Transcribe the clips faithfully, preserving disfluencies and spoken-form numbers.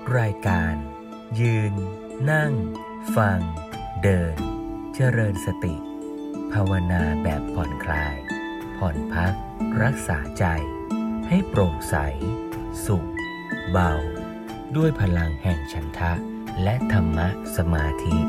รายการยืนนั่งฟังเดินเจริญสติภาวนาแบบผ่อนคลายผ่อนพักรักษาใจให้โปร่งใสสุขเบาด้วยพลังแห่งฉันทะและธรรมะสมาธิ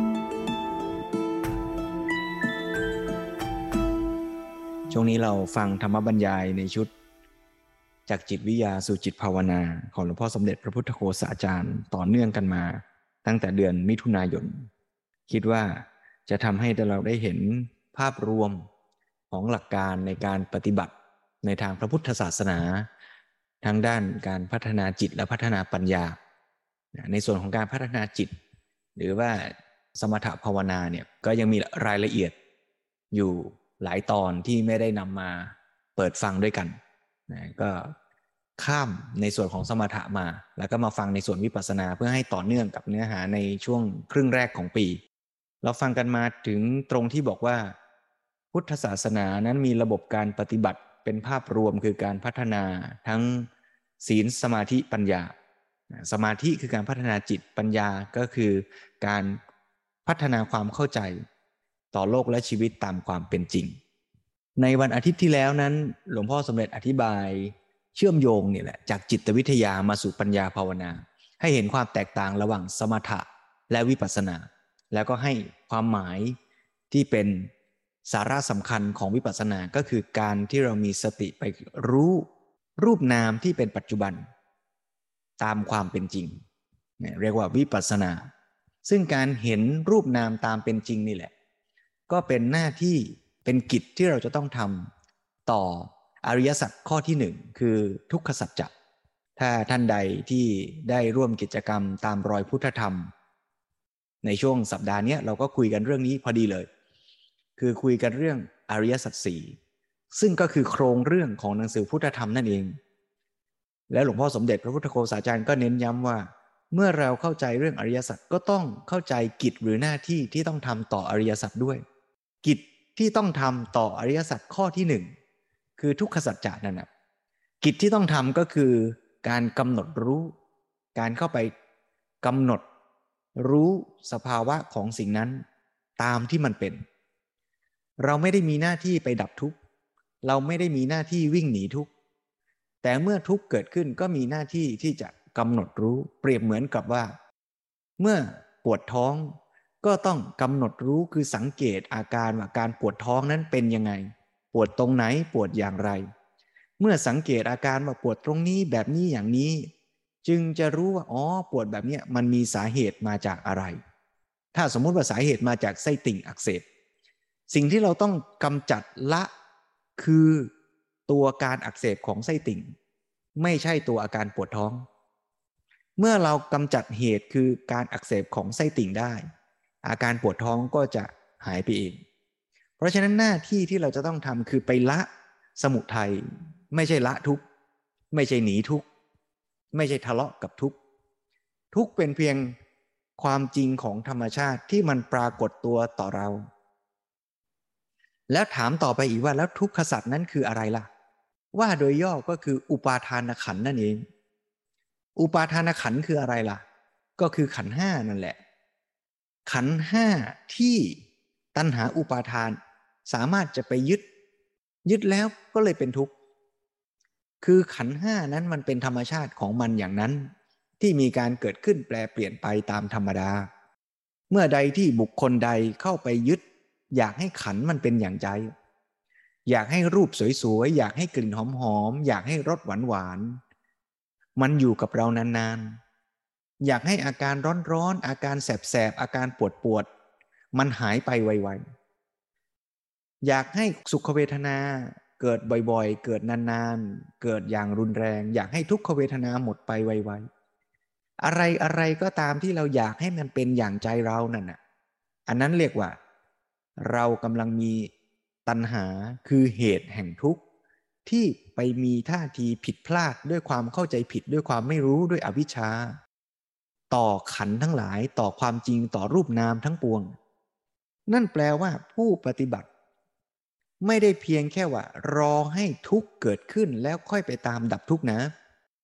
ช่วงนี้เราฟังธรรมบรรยายในชุดจากจิตวิทยาสู่จิตภาวนาของหลวงพ่อสมเด็จพระพุทธโฆษาจารย์ต่อเนื่องกันมาตั้งแต่เดือนมิถุนายนคิดว่าจะทำให้เราได้เห็นภาพรวมของหลักการในการปฏิบัติในทางพระพุทธศาสนาทั้งด้านการพัฒนาจิตและพัฒนาปัญญาในส่วนของการพัฒนาจิตหรือว่าสมถภาวนาเนี่ยก็ยังมีรายละเอียดอยู่หลายตอนที่ไม่ได้นำมาเปิดฟังด้วยกันนะก็ข้ามในส่วนของสมถะมาแล้วก็มาฟังในส่วนวิปัสสนาเพื่อให้ต่อเนื่องกับเนื้อหาในช่วงครึ่งแรกของปีเราฟังกันมาถึงตรงที่บอกว่าพุทธศาสนานั้นมีระบบการปฏิบัติเป็นภาพรวมคือการพัฒนาทั้งศีลสมาธิปัญญาสมาธิคือการพัฒนาจิตปัญญาก็คือการพัฒนาความเข้าใจต่อโลกและชีวิตตามความเป็นจริงในวันอาทิตย์ที่แล้วนั้นหลวงพ่อสมเด็จอธิบายเชื่อมโยงนี่แหละจากจิตวิทยามาสู่ปัญญาภาวนาให้เห็นความแตกต่างระหว่างสมถะและวิปัสสนาแล้วก็ให้ความหมายที่เป็นสาระสำคัญของวิปัสสนาก็คือการที่เรามีสติไปรู้รูปนามที่เป็นปัจจุบันตามความเป็นจริงเรียกว่าวิปัสสนาซึ่งการเห็นรูปนามตามเป็นจริงนี่แหละก็เป็นหน้าที่เป็นกิจที่เราจะต้องทำต่ออริยสัจข้อที่หนึ่งคือทุกขสัจจะถ้าท่านใดที่ได้ร่วมกิจกรรมตามรอยพุทธธรรมในช่วงสัปดาห์นี้เราก็คุยกันเรื่องนี้พอดีเลยคือคุยกันเรื่องอริยสัจสี่ซึ่งก็คือโครงเรื่องของหนังสือพุทธธรรมนั่นเองและหลวงพ่อสมเด็จพระพุทธโฆษาจารย์ก็เน้นย้ำว่าเมื่อเราเข้าใจเรื่องอริยสัจก็ต้องเข้าใจกิจหรือหน้าที่ที่ต้องทำต่ออริยสัจด้วยกิจที่ต้องทำต่ออริยสัจข้อที่หนึ่งคือทุกขสัจจะนั่นนะกิจที่ต้องทำก็คือการกำหนดรู้การเข้าไปกำหนดรู้สภาวะของสิ่งนั้นตามที่มันเป็นเราไม่ได้มีหน้าที่ไปดับทุกข์เราไม่ได้มีหน้าที่วิ่งหนีทุกข์แต่เมื่อทุกข์เกิดขึ้นก็มีหน้าที่ที่จะกำหนดรู้เปรียบเหมือนกับว่าเมื่อปวดท้องก็ต้องกำหนดรู้คือสังเกตอาการว่าการปวดท้องนั้นเป็นยังไงปวดตรงไหนปวดอย่างไรเมื่อสังเกตอาการว่าปวดตรงนี้แบบนี้อย่างนี้จึงจะรู้ว่าอ๋อปวดแบบนี้มันมีสาเหตุมาจากอะไรถ้าสมมุติว่าสาเหตุมาจากไส้ติ่งอักเสบสิ่งที่เราต้องกำจัดละคือตัวการอักเสบของไส้ติ่งไม่ใช่ตัวอาการปวดท้องเมื่อเรากำจัดเหตุคือการอักเสบของไส้ติ่งได้อาการปวดท้องก็จะหายไปเองเพราะฉะนั้นหน้าที่ที่เราจะต้องทำคือไปละสมุทัยไม่ใช่ละทุกข์ไม่ใช่หนีทุกข์ไม่ใช่ทะเลาะกับทุกข์ทุกข์เป็นเพียงความจริงของธรรมชาติที่มันปรากฏตัวต่อเราแล้วถามต่อไปอีกว่าแล้วทุกขสัจนั้นคืออะไรล่ะว่าโดยย่อก็คืออุปาทานขันธ์นั่นเองอุปาทานขันธ์คืออะไรล่ะก็คือขันธ์ห้านั่นแหละขันธ์ห้าที่ตัณหาอุปาทานสามารถจะไปยึดยึดแล้วก็เลยเป็นทุกข์คือขันธ์ห้านั้นมันเป็นธรรมชาติของมันอย่างนั้นที่มีการเกิดขึ้นแปรเปลี่ยนไปตามธรรมดาเมื่อใดที่บุคคลใดเข้าไปยึดอยากให้ขันธ์มันเป็นอย่างใจอยากให้รูปสวยๆอยากให้กลิ่นหอมๆอยากให้รสหวานๆมันอยู่กับเรานานๆอยากให้อาการร้อนๆอาการแสบๆอาการปวดๆมันหายไปไวๆอยากให้สุขเวทนาเกิดบ่อยๆเกิดนานๆเกิดอย่างรุนแรงอยากให้ทุกขเวทนาหมดไปไวๆอะไรอะไรก็ตามที่เราอยากให้มันเป็นอย่างใจเรานั่นน่ะอันนั้นเรียกว่าเรากำลังมีตัณหาคือเหตุแห่งทุกข์ที่ไปมีท่าทีผิดพลาดด้วยความเข้าใจผิดด้วยความไม่รู้ด้วยอวิชชาต่อขันธ์ทั้งหลายต่อความจริงต่อรูปนามทั้งปวงนั่นแปลว่าผู้ปฏิบัติไม่ได้เพียงแค่ว่ารอให้ทุกข์เกิดขึ้นแล้วค่อยไปตามดับทุกข์นะแ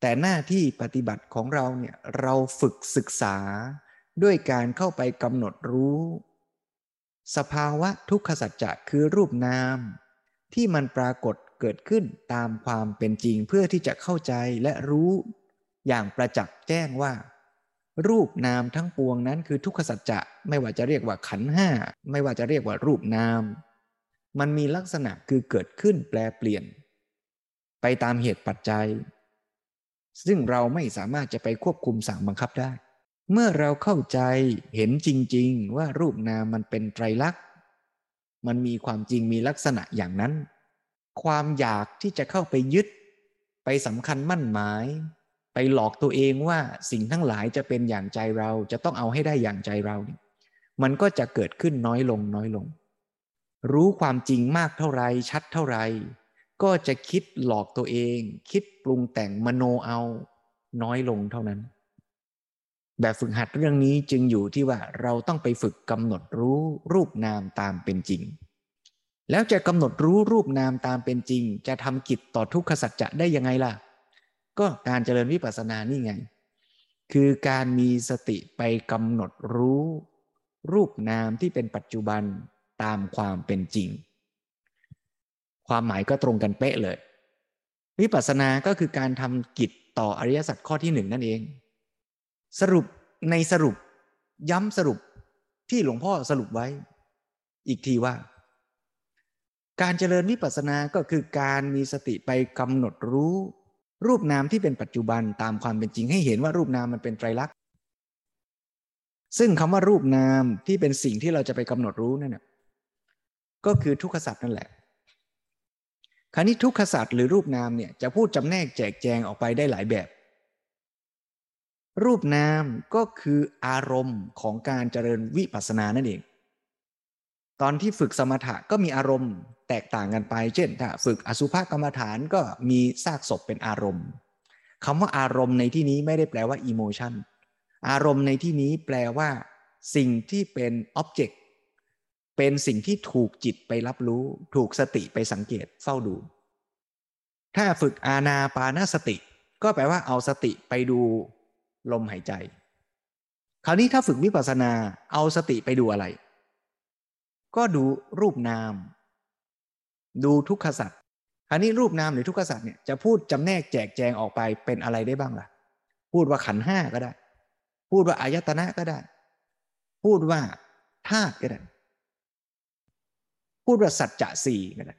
แต่หน้าที่ปฏิบัติของเราเนี่ยเราฝึกศึกษาด้วยการเข้าไปกำหนดรู้สภาวะทุกขสัจจะคือรูปนามที่มันปรากฏเกิดขึ้นตามความเป็นจริงเพื่อที่จะเข้าใจและรู้อย่างประจักษ์แจ้งว่ารูปนามทั้งปวงนั้นคือทุกขสัจจะไม่ว่าจะเรียกว่าขันธ์ห้าไม่ว่าจะเรียกว่ารูปนามมันมีลักษณะคือเกิดขึ้นแปรเปลี่ยนไปตามเหตุปัจจัยซึ่งเราไม่สามารถจะไปควบคุมสั่งบังคับได้เมื่อเราเข้าใจเห็นจริงๆว่ารูปนามมันเป็นไตรลักษณ์มันมีความจริงมีลักษณะอย่างนั้นความอยากที่จะเข้าไปยึดไปสำคัญมั่นหมายไปหลอกตัวเองว่าสิ่งทั้งหลายจะเป็นอย่างใจเราจะต้องเอาให้ได้อย่างใจเราเนี่ยมันก็จะเกิดขึ้นน้อยลงน้อยลงรู้ความจริงมากเท่าไรชัดเท่าไรก็จะคิดหลอกตัวเองคิดปรุงแต่งมโนเอาน้อยลงเท่านั้นแบบฝึกหัดเรื่องนี้จึงอยู่ที่ว่าเราต้องไปฝึกกำหนดรู้รูปนามตามเป็นจริงแล้วจะกำหนดรู้รูปนามตามเป็นจริงจะทำกิจต่อทุกขสัจจะได้ยังไงล่ะก็การเจริญวิปัสสนานี่ไงคือการมีสติไปกำหนดรู้รูปนามที่เป็นปัจจุบันตามความเป็นจริงความหมายก็ตรงกันเป๊ะเลยวิปัสสนาก็คือการทำกิจต่ออริยสัจข้อที่หนึ่งนั่นเองสรุปในสรุปย้ำสรุปที่หลวงพ่อสรุปไว้อีกทีว่าการเจริญวิปัสสนาก็คือการมีสติไปกำหนดรู้รูปนามที่เป็นปัจจุบันตามความเป็นจริงให้เห็นว่ารูปนามมันเป็นไตรลักษณ์ซึ่งคำว่ารูปนามที่เป็นสิ่งที่เราจะไปกำหนดรู้นั่นน่ะก็คือทุกขสัจนั่นแหละคราวนี้ทุกขสัจหรือรูปนามเนี่ยจะพูดจำแนกแจกแจงออกไปได้หลายแบบรูปนามก็คืออารมณ์ของการเจริญวิปัสสนานั่นเองตอนที่ฝึกสมถะก็มีอารมณ์แตกต่างกันไปเช่นถ้าฝึกอสุภกรรมฐานก็มีซากศพเป็นอารมณ์คำว่าอารมณ์ในที่นี้ไม่ได้แปลว่าอิโมชันอารมณ์ในที่นี้แปลว่าสิ่งที่เป็นอ็อบเจกต์เป็นสิ่งที่ถูกจิตไปรับรู้ถูกสติไปสังเกตเฝ้าดูถ้าฝึกอานาปานสติก็แปลว่าเอาสติไปดูลมหายใจคราวนี้ถ้าฝึกวิปัสสนาเอาสติไปดูอะไรก็ดูรูปนามดูทุกขสัจคราวนี้รูปนามหรือทุกขสัจเนี่ยจะพูดจำแนกแจกแจงออกไปเป็นอะไรได้บ้างล่ะพูดว่าขันธ์ห้าก็ได้พูดว่าอายตนะก็ได้พูดว่าธาตุก็ได้พูดว่าสัจจะสี่ก็ได้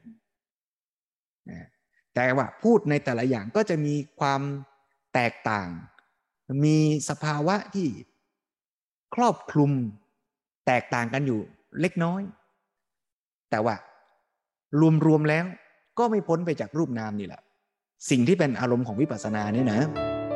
แต่ว่าพูดในแต่ละอย่างก็จะมีความแตกต่างมีสภาวะที่ครอบคลุมแตกต่างกันอยู่เล็กน้อยแต่ว่ารวมๆแล้วก็ไม่พ้นไปจากรูปนามนี่แหละสิ่งที่เป็นอารมณ์ของวิปัสสนาเนี่ยนะ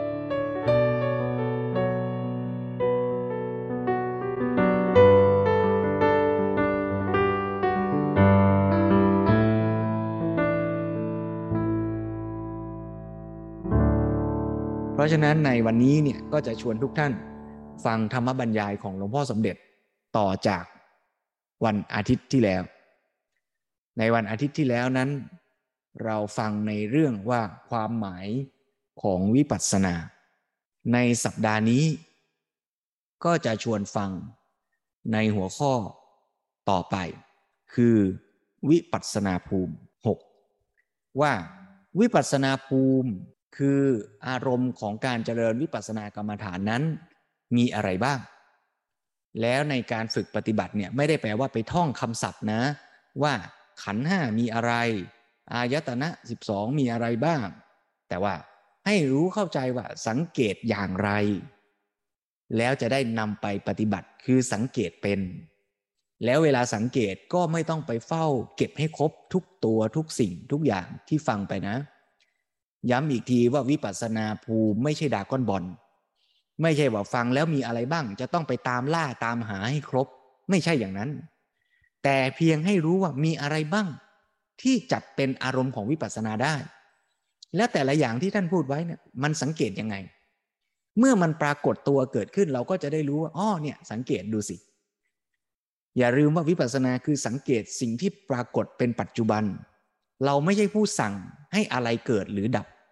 เพราะฉะนั้นในวันนี้เนี่ยก็จะชวนทุกท่านฟังธรรมบรรยายของหลวงพ่อสมเด็จต่อจากวันอาทิตย์ที่แล้วในวันอาทิตย์ที่แล้วนั้นเราฟังในเรื่องว่าความหมายของวิปัสสนาในสัปดาห์นี้ก็จะชวนฟังในหัวข้อต่อไปคือวิปัสสนาภูมิหกว่าวิปัสสนาภูมิคืออารมณ์ของการเจริญวิปัสสนากรรมฐานนั้นมีอะไรบ้างแล้วในการฝึกปฏิบัติเนี่ยไม่ได้แปลว่าไปท่องคำศัพท์นะว่าขันธ์ห้ามีอะไรอายตนะสิบสองมีอะไรบ้างแต่ว่าให้รู้เข้าใจว่าสังเกตอย่างไรแล้วจะได้นำไปปฏิบัติคือสังเกตเป็นแล้วเวลาสังเกตก็ไม่ต้องไปเฝ้าเก็บให้ครบทุกตัวทุกสิ่งทุกอย่างที่ฟังไปนะย้ำอีกทีว่าวิปัสสนาภูมิไม่ใช่ดราก้อนบอลไม่ใช่ว่าฟังแล้วมีอะไรบ้างจะต้องไปตามล่าตามหาให้ครบไม่ใช่อย่างนั้นแต่เพียงให้รู้ว่ามีอะไรบ้างที่จัดเป็นอารมณ์ของวิปัสสนาได้และแต่ละอย่างที่ท่านพูดไว้เนี่ยมันสังเกตยังไงเมื่อมันปรากฏตัวเกิดขึ้นเราก็จะได้รู้ว่าอ้อเนี่ยสังเกตดูสิอย่าลืมว่าวิปัสสนาคือสังเกตสิ่งที่ปรากฏเป็นปัจจุบันเราไม่ใช่ผู้สั่งให้อะไรเกิดหรือดับ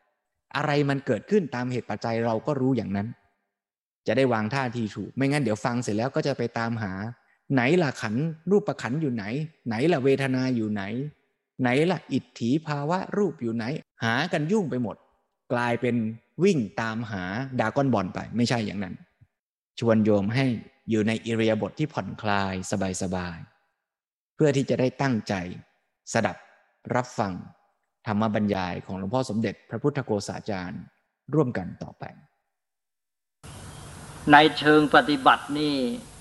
อะไรมันเกิดขึ้นตามเหตุปัจจัยเราก็รู้อย่างนั้นจะได้วางท่าทีถูกไม่งั้นเดี๋ยวฟังเสร็จแล้วก็จะไปตามหาไหนล่ะขันธ์รูปขันธ์อยู่ไหนไหนล่ะเวทนาอยู่ไหนไหนล่ะอิทธิภาวะรูปอยู่ไหนหากันยุ่งไปหมดกลายเป็นวิ่งตามหาดากอนบอลไปไม่ใช่อย่างนั้นชวนโยมให้อยู่ในอิริยาบถที่ผ่อนคลายสบายๆเพื่อที่จะได้ตั้งใจสดับรับฟังธรรมบรรยายของหลวงพ่อสมเด็จพระพุทธโฆษาจารย์ร่วมกันต่อไปในเชิงปฏิบัตินี่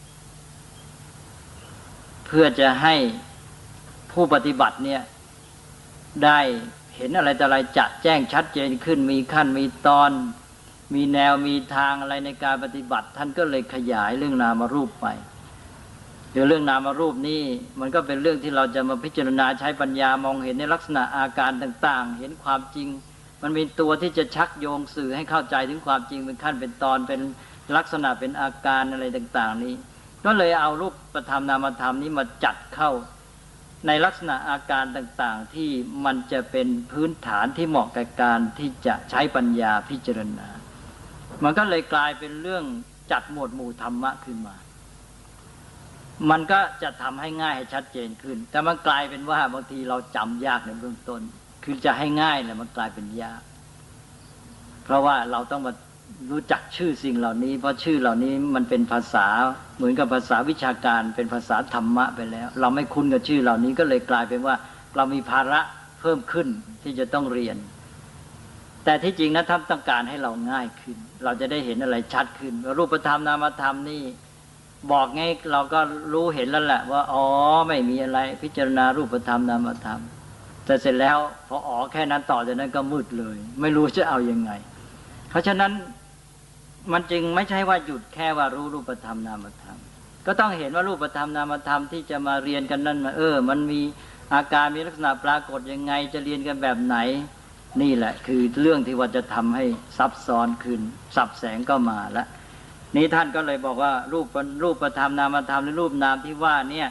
เพื่อจะให้ผู้ปฏิบัติเนี่ยได้เห็นอะไรแต่อะไรจะแจ้งชัดเจนขึ้นมีขั้นมีตอนมีแนวมีทางอะไรในการปฏิบัติท่านก็เลยขยายเรื่องนามรูปไปเดี๋ยวเรื่องนามรูปนี่มันก็เป็นเรื่องที่เราจะมาพิจารณาใช้ปัญญามองเห็นในลักษณะอาการต่างๆเห็นความจริงมันมีตัวที่จะชักโยงสื่อให้เข้าใจถึงความจริงเป็นขั้นเป็นตอนเป็นลักษณะเป็นอาการอะไรต่างๆนี้ก็เลยเอารูปธรรมนามธรรมนี้มาจัดเข้าในลักษณะอาการต่างๆที่มันจะเป็นพื้นฐานที่เหมาะกับการที่จะใช้ปัญญาพิจารณามันก็เลยกลายเป็นเรื่องจัดหมวดหมู่ธรรมะขึ้นมามันก็จะทำให้ง่ายให้ชัดเจนขึ้นแต่มันกลายเป็นว่าบางทีเราจำยากในเบื้องต้นคือจะให้ง่ายเนี่ยมันกลายเป็นยากเพราะว่าเราต้องมารู้จักชื่อสิ่งเหล่านี้เพราะชื่อเหล่านี้มันเป็นภาษาเหมือนกับภาษาวิชาการเป็นภาษาธรรมะไปแล้วเราไม่คุ้นกับชื่อเหล่านี้ก็เลยกลายเป็นว่าเรามีภาระเพิ่มขึ้นที่จะต้องเรียนแต่ที่จริงนะท่านต้องการให้เราง่ายขึ้นเราจะได้เห็นอะไรชัดขึ้นว่ารูปธรรมนามธรรมนี่บอกไงเราก็รู้เห็นแล้วแหละว่าอ๋อไม่มีอะไรพิจารณารูปธรรมนามธรรมแต่เสร็จแล้วพออ๋อแค่นั้นต่อจากนั้นก็มืดเลยไม่รู้จะเอายังไงเพราะฉะนั้นมันจึงไม่ใช่ว่าหยุดแค่ว่ารู้รูปธรรมนามธรรมก็ต้องเห็นว่ารูปธรรมนามธรรมที่จะมาเรียนกันนั่นเออมันมีอาการมีลักษณะปรากฏยังไงจะเรียนกันแบบไหนนี่แหละคือเรื่องที่ว่าจะทำให้ซับซ้อนขึ้นสับแสงก็มาแล้วนี้ท่านก็เลยบอกว่ารูปรูปธรรมนามธรรมหรือรูปนามที่ว่าเนี่ย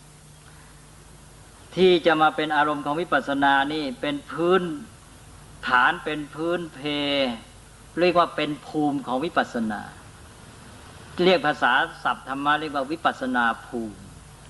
ที่จะมาเป็นอารมณ์ของวิปัสสนานี่เป็นพื้นฐานเป็นพื้นเพเรียกว่าเป็นภูมิของวิปัสสนาเรียกภาษาศัพท์ธรรมะเรียกว่าวิปัสสนาภูมิ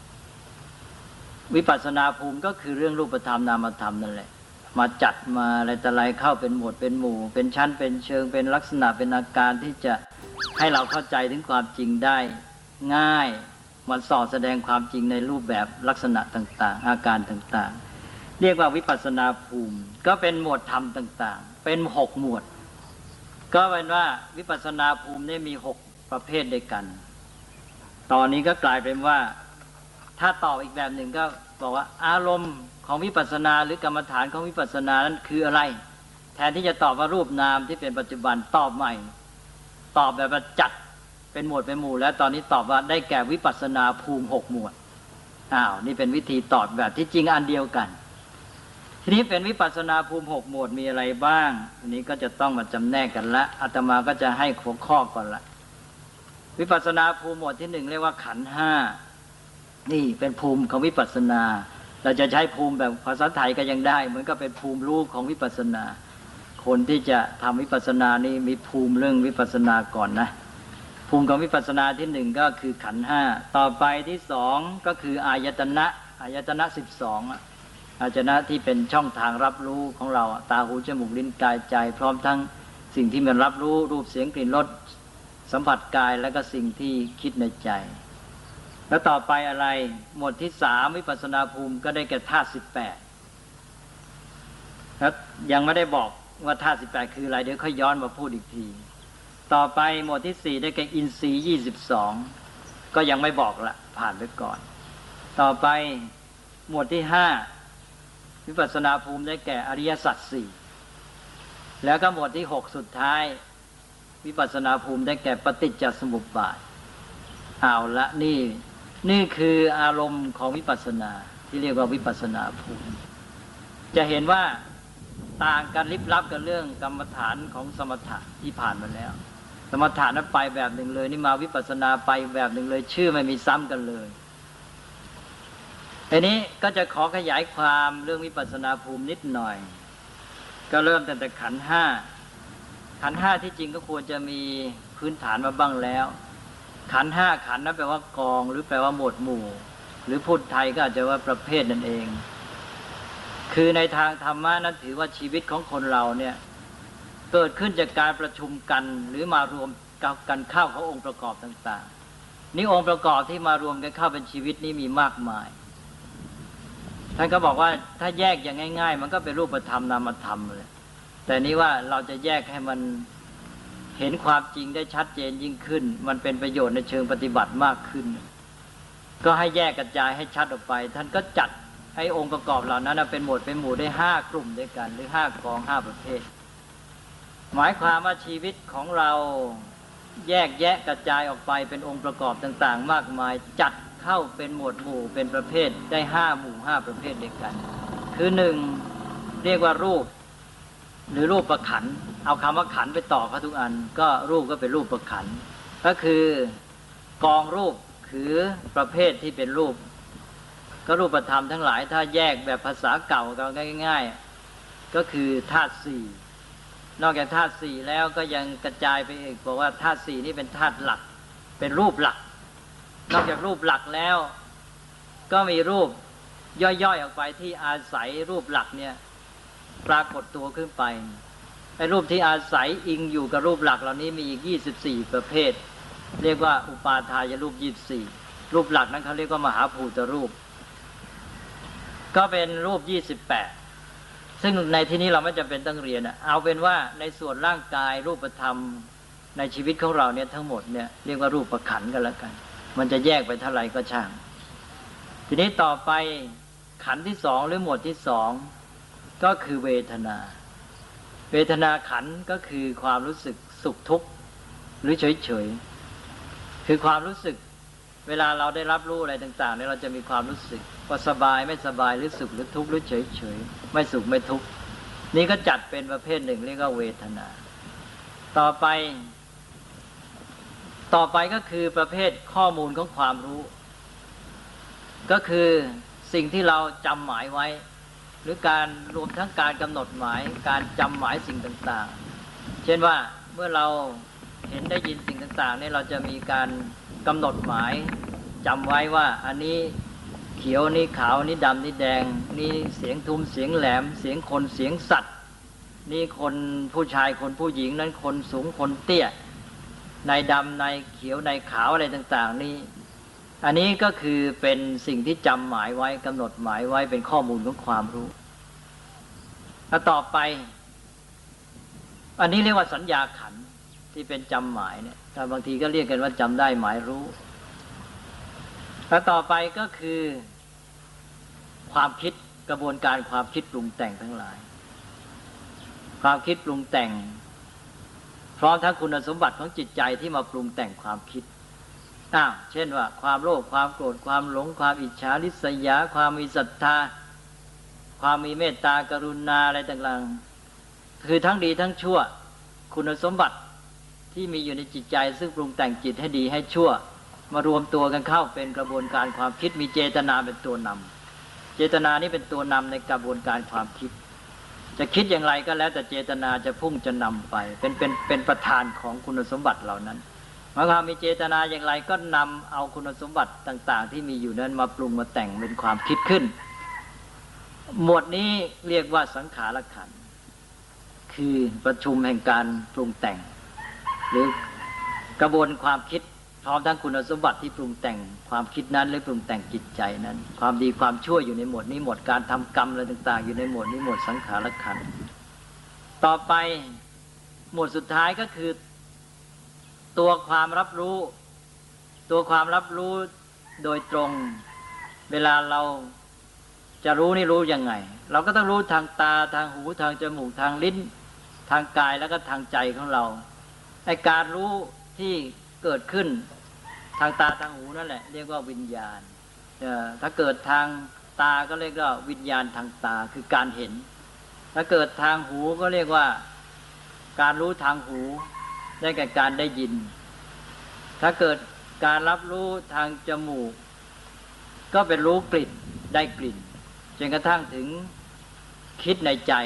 วิปัสสนาภูมิก็คือเรื่องรูปธรรมนามธรรมนั่นแหละมาจัดมาอะไรแต่ไรเข้าเป็นหมวดเป็นหมู่เป็นชั้นเป็นเชิงเป็นลักษณะเป็นอาการที่จะให้เราเข้าใจถึงความจริงได้ง่ายมันสอดแสดงความจริงในรูปแบบลักษณะต่างๆอาการต่างๆเรียกว่าวิปัสสนาภูมิก็เป็นหมวดธรรมต่างๆเป็นหกหมวดก็เป็นว่าวิปัสสนาภูมินี่มีหกประเภทด้วยกันตอนนี้ก็กลายเป็นว่าถ้าตอบอีกแบบหนึ่งก็บอกว่าอารมณ์ของวิปัสสนาหรือกรรมฐานของวิปัสสนานั้นคืออะไรแทนที่จะตอบว่ารูปนามที่เป็นปัจจุบันตอบใหม่ตอบแบบจัดเป็นหมวดเป็นหมู่แล้วตอนนี้ตอบว่าได้แก่วิปัสสนาภูมิหกหมวดอ้าวนี่เป็นวิธีตอบแบบที่จริงอันเดียวกันทีนี้เป็นวิปัสสนาภูมิหกหมวดมีอะไรบ้างอันนี้ก็จะต้องมาจำแนกกันละอาตมาก็จะให้หัวข้อก่อนละวิปัสสนาภูมิหมวดที่หนึ่งเรียกว่าขันธ์ห้านี่เป็นภูมิของวิปัสสนาเราจะใช้ภูมิแบบภาษาไทยก็ยังได้เหมือนกับเป็นภูมิรู้ของวิปัสสนาคนที่จะทำวิปัสสนานี่มีภูมิเรื่องวิปัสสนาก่อนนะภูมิของวิปัสสนาที่หนึ่งก็คือขันธ์ห้าต่อไปที่สองก็คืออายตนะอายตนะสิบสองอายตนะที่เป็นช่องทางรับรู้ของเราตาหูจมูกลิ้นกายใจพร้อมทั้งสิ่งที่มันรับรู้รูปเสียงกลิ่นรสสัมผัสกายและก็สิ่งที่คิดในใจแล้วต่อไปอะไรหมวดที่สามวิปัสสนาภูมิก็ได้แก่ธาตุสิบแปดแล้วยังไม่ได้บอกว่าธาตุสิบแปดคืออะไรเดี๋ยวค่อยย้อนมาพูดอีกทีต่อไปหมวดที่สี่ได้แก่อินทรีย์ยี่สิบสองก็ยังไม่บอกละผ่านไปก่อนต่อไปหมวดที่ห้าวิปัสสนาภูมิได้แก่อริยสัจสี่แล้วก็หมวดที่หกสุดท้ายวิปัสสนาภูมิได้แก่ปฏิจจสมุปบาทเอาละนี่นี่คืออารมณ์ของวิปัสสนาที่เรียกว่าวิปัสสนาภูมิจะเห็นว่าต่างกันลิบลับกันเรื่องกรรมฐานของสมถะที่ผ่านมาแล้วสมถะนั้นไปแบบหนึ่งเลยนี่มาวิปัสสนาไปแบบหนึ่งเลยชื่อไม่มีซ้ำกันเลยทีนี้ก็จะขอขยายความเรื่องวิปัสสนาภูมินิดหน่อยก็เริ่มตั้งแต่ขันธ์ห้าขันธ์ห้าที่จริงก็ควรจะมีพื้นฐานมาบ้างแล้วขันธ์ห้าขันธ์นั้นแปลว่ากองหรือแปลว่าหมวดหมู่หรือพูดไทยก็อาจจะว่าประเภทนั่นเองคือในทางธรรมะนั้นถือว่าชีวิตของคนเราเนี่ยเกิดขึ้นจากการประชุมกันหรือมารวมกันเข้าขององค์ประกอบต่างๆนี่องค์ประกอบที่มารวมกันเข้าเป็นชีวิตนี้มีมากมายท่านก็บอกว่าถ้าแยกอย่างง่ายๆมันก็เป็นรูปธรรมนามธรรมเลยแต่นี้ว่าเราจะแยกให้มันเห็นความจริงได้ชัดเจนยิ่งขึ้นมันเป็นประโยชน์ในเชิงปฏิบัติมากขึ้นก็ให้แยกกระจายให้ชัดออกไปท่านก็จัดให้องค์ประกอบเหล่านั้นเป็นหมวดเป็นหมู่ได้ห้ากลุ่มด้วยกันหรือห้ากองห้าประเภทหมายความว่าชีวิตของเราแยกแยะกระจายออกไปเป็นองค์ประกอบต่างๆมากมายจัดเข้าเป็นหมวดหมู่เป็นประเภทได้ห้าหมู่ห้าประเภทด้วยกันคือหนึ่งเรียกว่ารูปหรือรูปประขันเอาคำว่าขันไปต่อเขาทุกอันก็รูปก็เป็นรูปประขันก็คือกองรูปคือประเภทที่เป็นรูปก็รูปธรรมทั้งหลายถ้าแยกแบบภาษาเก่าเราง่ายๆก็คือธาตุสี่นอกจากธาตุสี่แล้วก็ยังกระจายไปอีกบอกว่าธาตุสี่นี่เป็นธาตุหลักเป็นรูปหลักนอกจากรูปหลักแล้วก็มีรูปย่อยๆออกไปที่อาศัยรูปหลักเนี่ยปรากฏตัวขึ้นไปไอ้รูปที่อาศัยอิงอยู่กับรูปหลักเหล่านี้มีอีกยี่สิบสี่ประเภทเรียกว่าอุปาทายรูปยี่สิบสี่รูปหลักนั้นเขาเรียกว่ามหาภูตรูปก็เป็นรูปยี่สิบแปดซึ่งในที่นี้เราไม่จำเป็นต้องเรียนเอาเป็นว่าในส่วนร่างกายรูปธรรมในชีวิตของเราเนี่ยทั้งหมดเนี่ยเรียกว่ารูปประขันกันแล้วกันมันจะแยกไปเท่าไหร่ก็ช่างทีนี้ต่อไปขันที่สองหรือหมวดที่สองก็คือเวทนาเวทนาขันก็คือความรู้สึกสุขทุกข์หรือเฉยๆคือความรู้สึกเวลาเราได้รับรู้อะไรต่างๆเนี่ยเราจะมีความรู้สึกว่าสบายไม่สบายหรือสุขหรือทุกข์หรือเฉยๆไม่สุขไม่ทุกข์นี่ก็จัดเป็นประเภทหนึ่งเรียกว่าเวทนาต่อไปต่อไปก็คือประเภทข้อมูลของความรู้ก็คือสิ่งที่เราจำหมายไว้หรือการรวมทั้งการกำหนดหมายการจำหมายสิ่งต่างๆเช่นว่าเมื่อเราเห็นได้ยินสิ่งต่างๆเนี่ยเราจะมีการกำหนดหมายจำไว้ว่าอันนี้เขียวนี่ขาวนี่ดำนี่แดงนี่เสียงทุ้มเสียงแหลมเสียงคนเสียงสัตว์นี่คนผู้ชายคนผู้หญิงนั้นคนสูงคนเตี้ยในดำในเขียวในขาวอะไรต่างๆนี่อันนี้ก็คือเป็นสิ่งที่จำหมายไว้กำหนดหมายไว้เป็นข้อมูลของความรู้แล้วต่อไปอันนี้เรียกว่าสัญญาขันธ์ที่เป็นจำหมายเนี่ยแต่บางทีก็เรียกกันว่าจำได้หมายรู้แล้วต่อไปก็คือความคิดกระบวนการความคิดปรุงแต่งทั้งหลายความคิดปรุงแต่งพร้อมทั้งคุณสมบัติของจิตใจที่มาปรุงแต่งความคิดอ้าวเช่นว่าความโลภความโกรธความหลงความอิจฉาริษยาความมีศรัทธาความมีเมตตากรุณาอะไรต่างๆคือทั้งดีทั้งชั่วคุณสมบัติที่มีอยู่ในจิตใจซึ่งปรุงแต่งจิตให้ดีให้ชั่วมารวมตัวกันเข้าเป็นกระบวนการความคิดมีเจตนาเป็นตัวนำเจตนานี้เป็นตัวนำในกระบวนการความคิดจะคิดอย่างไรก็แล้วแต่เจตนาจะพุ่งจะนำไปเป็นเป็นเป็นประธานของคุณสมบัติเหล่านั้นหมายความมีเจตนาอย่างไรก็นำเอาคุณสมบัติต่างๆที่มีอยู่นั้นมาปรุงมาแต่งเป็นความคิดขึ้นหมวดนี้เรียกว่าสังขารขันธ์คือประชุมแห่งการปรุงแต่งหรือกระบวนความคิดพร้อมทั้งคุณสมบัติที่ปรุงแต่งความคิดนั้นหรือปรุงแต่งจิตใจนั้นความดีความชั่วอยู่ในหมวดนี้หมวดการทำกรรมอะไรต่างๆอยู่ในหมวดนี้หมวดสังขารขันธ์ต่อไปหมวดสุดท้ายก็คือตัวความรับรู้ตัวความรับรู้โดยตรงเวลาเราจะรู้นี่รู้ยังไงเราก็ต้องรู้ทางตาทางหูทางจมูกทางลิ้นทางกายแล้วก็ทางใจของเราไอ้การรู้ที่เกิดขึ้นทางตาทางหูนั่นแหละเรียกว่าวิญญาณถ้าเกิดทางตาก็เรียกว่าวิญญาณทางตาคือการเห็นถ้าเกิดทางหูก็เรียกว่าการรู้ทางหูได้แก่การได้ยินถ้าเกิดการรับรู้ทางจมูกก็เป็นรู้กลิ่นได้กลิ่นจนกระทั่งถึงคิดในใจ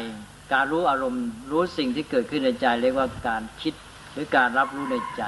การรู้อารมณ์รู้สิ่งที่เกิดขึ้นในใจเรียกว่าการคิดหรือการรับรู้ในใจ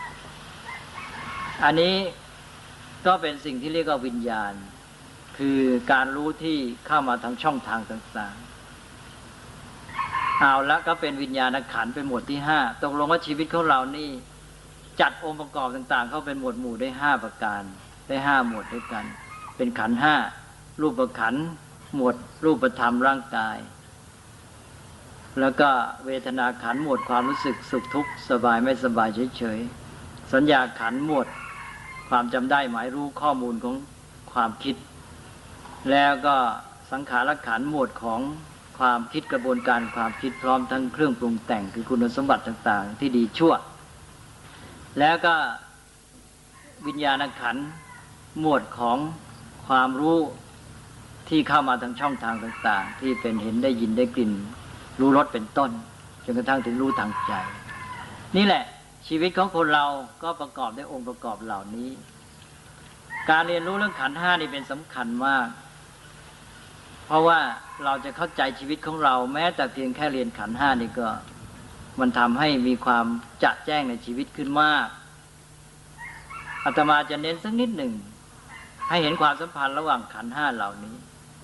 อันนี้ก็เป็นสิ่งที่เรียกว่าวิญญาณคือการรู้ที่เข้ามาทางช่องทางต่างๆเอาละก็เป็นวิญญาณขันธ์เป็นหมวดที่ห้าตกลงว่าชีวิตของเรานี่จัดองค์ประกอบต่างๆเข้าเป็นหมวดหมู่ได้ห้าประการได้ห้าหมวดด้วยกันเป็นขันธ์ห้ารูปขันธ์หมวดรูปธรรมร่างกายแล้วก็เวทนาขันธ์หมวดความรู้สึกสุขทุกข์สบายไม่สบายเฉยๆสัญญาขันธ์หมวดความจำได้หมายรู้ข้อมูลของความคิดแล้วก็สังขารขันธ์หมวดของความคิดกระบวนการความคิดพร้อมทั้งเครื่องปรุงแต่งคือคุณสมบัติต่างๆที่ดีชั่วแล้วก็วิญญาณขันธ์หมวดของความรู้ที่เข้ามาทางช่องทางต่างๆที่เป็นเห็นได้ยินได้กลิ่นรู้รสเป็นต้นจนกระทั่งถึงรู้ทางใจนี่แหละชีวิตของคนเราก็ประกอบด้วยองค์ประกอบเหล่านี้การเรียนรู้เรื่องขันธ์ห้านี่เป็นสำคัญมากเพราะว่าเราจะเข้าใจชีวิตของเราแม้แต่เพียงแค่เรียนขันธ์ห้านี่ก็มันทำให้มีความจะแจ้งในชีวิตขึ้นมากอาตมาจะเน้นสักนิดหนึ่งให้เห็นความสัมพันธ์ระหว่างขันธ์ห้าเหล่านี้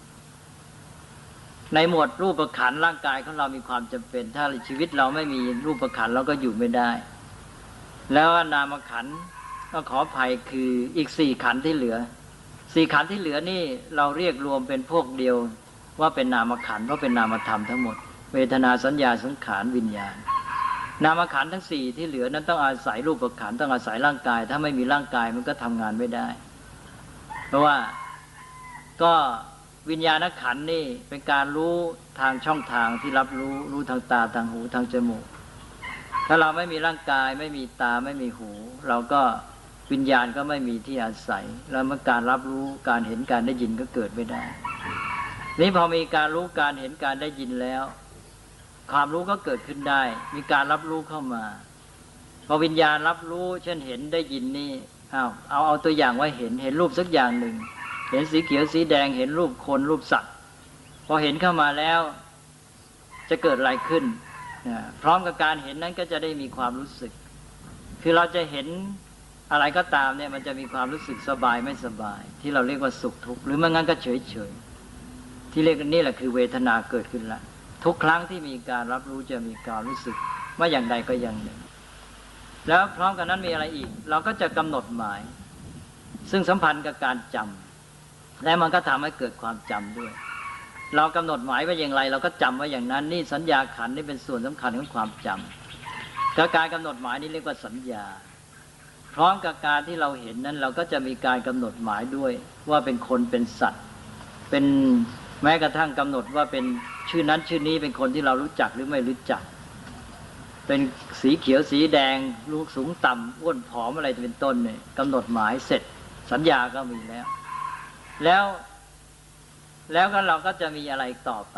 ในหมวดรูปขันธ์ร่างกายของเรามีความจำเป็นถ้าชีวิตเราไม่มีรูปขันธ์เราก็อยู่ไม่ได้แล้วนามขันธ์ก็ขออภัยคืออีกสี่ขันธ์ที่เหลือสี่ขันธ์ที่เหลือนี่เราเรียกรวมเป็นพวกเดียวว่าเป็นนามขันธ์เพราะเป็นนามธรรมทั้งหมดเวทนาสัญญาสังขารวิญญาณนามขันธ์ทั้งสี่ที่เหลือนั้นต้องอาศัยรูปขันธ์ต้องอาศัยร่างกายถ้าไม่มีร่างกายมันก็ทำงานไม่ได้เพราะว่าก็วิญญาณขันธ์นี่เป็นการรู้ทางช่องทางที่รับรู้รู้ทางตาทางหูทางจมูกถ้าเราไม่มีร่างกายไม่มีตาไม่มีหูเราก็วิญญาณก็ไม่มีที่อาศัยแล้วเมื่อการรับรู้การเห็นการได้ยินก็เกิดไม่ได้นี่พอมีการรู้การเห็นการได้ยินแล้วความรู้ก็เกิดขึ้นได้มีการรับรู้เข้ามาพอวิญญาณรับรู้เช่นเห็นได้ยินนี่เอาเอาเอาตัวอย่างว่าเห็นเห็นรูปสักอย่างหนึ่งเห็นสีเขียวสีแดงเห็นรูปคนรูปสัตว์พอเห็นเข้ามาแล้วจะเกิดอะไรขึ้นพร้อมกับการเห็นนั้นก็จะได้มีความรู้สึกคือเราจะเห็นอะไรก็ตามเนี่ยมันจะมีความรู้สึกสบายไม่สบายที่เราเรียกว่าสุขทุกข์หรือไม่งั้นก็เฉยเฉยที่เรียกกันนี่แหละคือเวทนาเกิดขึ้นละทุกครั้งที่มีการรับรู้จะมีการรู้สึกว่าอย่างใดก็อย่างหนึ่งแล้วพร้อมกันนั้นมีอะไรอีกเราก็จะกำหนดหมายซึ่งสัมพันธ์กับการจำและมันก็ทำให้เกิดความจำด้วยเรากำหนดหมายไว้อย่างไรเราก็จำไว้อย่างนั้นนี่สัญญาขันธ์นี่เป็นส่วนสำคัญของความจำการกำหนดหมายนี่เรียกว่าสัญญาพร้อมกับการที่เราเห็นนั้นเราก็จะมีการกำหนดหมายด้วยว่าเป็นคนเป็นสัตว์เป็นแม้กระทั่งกำหนดว่าเป็นชื่อนั้นชื่อนี้เป็นคนที่เรารู้จักหรือไม่รู้จักเป็นสีเขียวสีแดงลูกสูงต่ำอ้วนผอมอะไรเป็นต้นเนี่ยกำหนดหมายเสร็จสัญญาก็มีแล้วแล้วแล้วก็เราก็จะมีอะไรต่อไป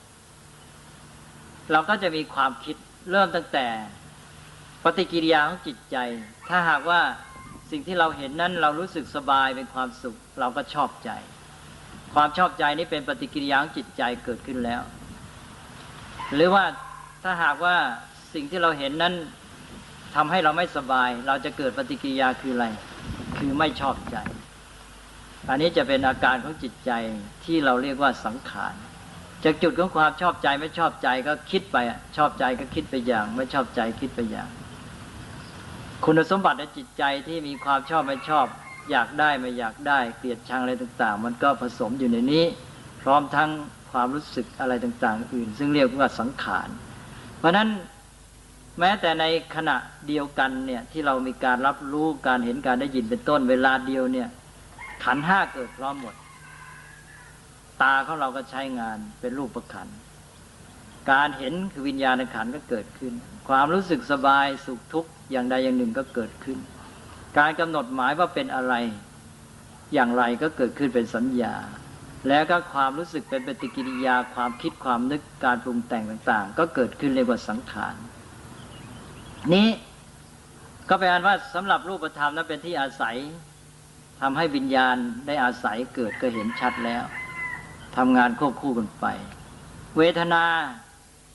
เราก็จะมีความคิดเริ่มตั้งแต่ปฏิกิริยาของจิตใจถ้าหากว่าสิ่งที่เราเห็นนั้นเรารู้สึกสบายเป็นความสุขเราก็ชอบใจความชอบใจนี้เป็นปฏิกิริยาของจิตใจเกิดขึ้นแล้วหรือว่าถ้าหากว่าสิ่งที่เราเห็นนั้นทำให้เราไม่สบายเราจะเกิดปฏิกิริยาคืออะไรคือไม่ชอบใจอันนี้จะเป็นอาการของจิตใจที่เราเรียกว่าสังขารจากจุดของความชอบใจไม่ชอบใจก็คิดไปชอบใจก็คิดไปอย่างไม่ชอบใจคิดไปอย่างคุณสมบัติในจิตใจที่มีความชอบไม่ชอบอยากได้ไม่อยากได้เกลียดชังอะไรต่างๆมันก็ผสมอยู่ในนี้พร้อมทั้งความรู้สึกอะไรต่างๆอื่นซึ่งเรียกว่าสังขารเพราะฉะนั้นแม้แต่ในขณะเดียวกันเนี่ยที่เรามีการรับรู้การเห็นการได้ยินเป็นต้นเวลาเดียวเนี่ยขันธ์ห้าเกิดพร้อมหมดตาของเราก็ใช้งานเป็นรูปขันธ์การเห็นคือวิญญาณขันธ์ก็เกิดขึ้นความรู้สึกสบายสุขทุกข์อย่างใดอย่างหนึ่งก็เกิดขึ้นการกำหนดหมายว่าเป็นอะไรอย่างไรก็เกิดขึ้นเป็นสัญญาแล้วก็ความรู้สึกเป็นปฏิกิริยาความคิดความนึกการปรุงแต่งต่างๆก็เกิดขึ้นเรียกว่าสังขารนี้ก็แปลว่าสำหรับรูปธรรมนั้นเป็นที่อาศัยทำให้วิญญาณได้อาศัยเกิดก็เห็นชัดแล้วทำงานควบคู่กันไปเวทนา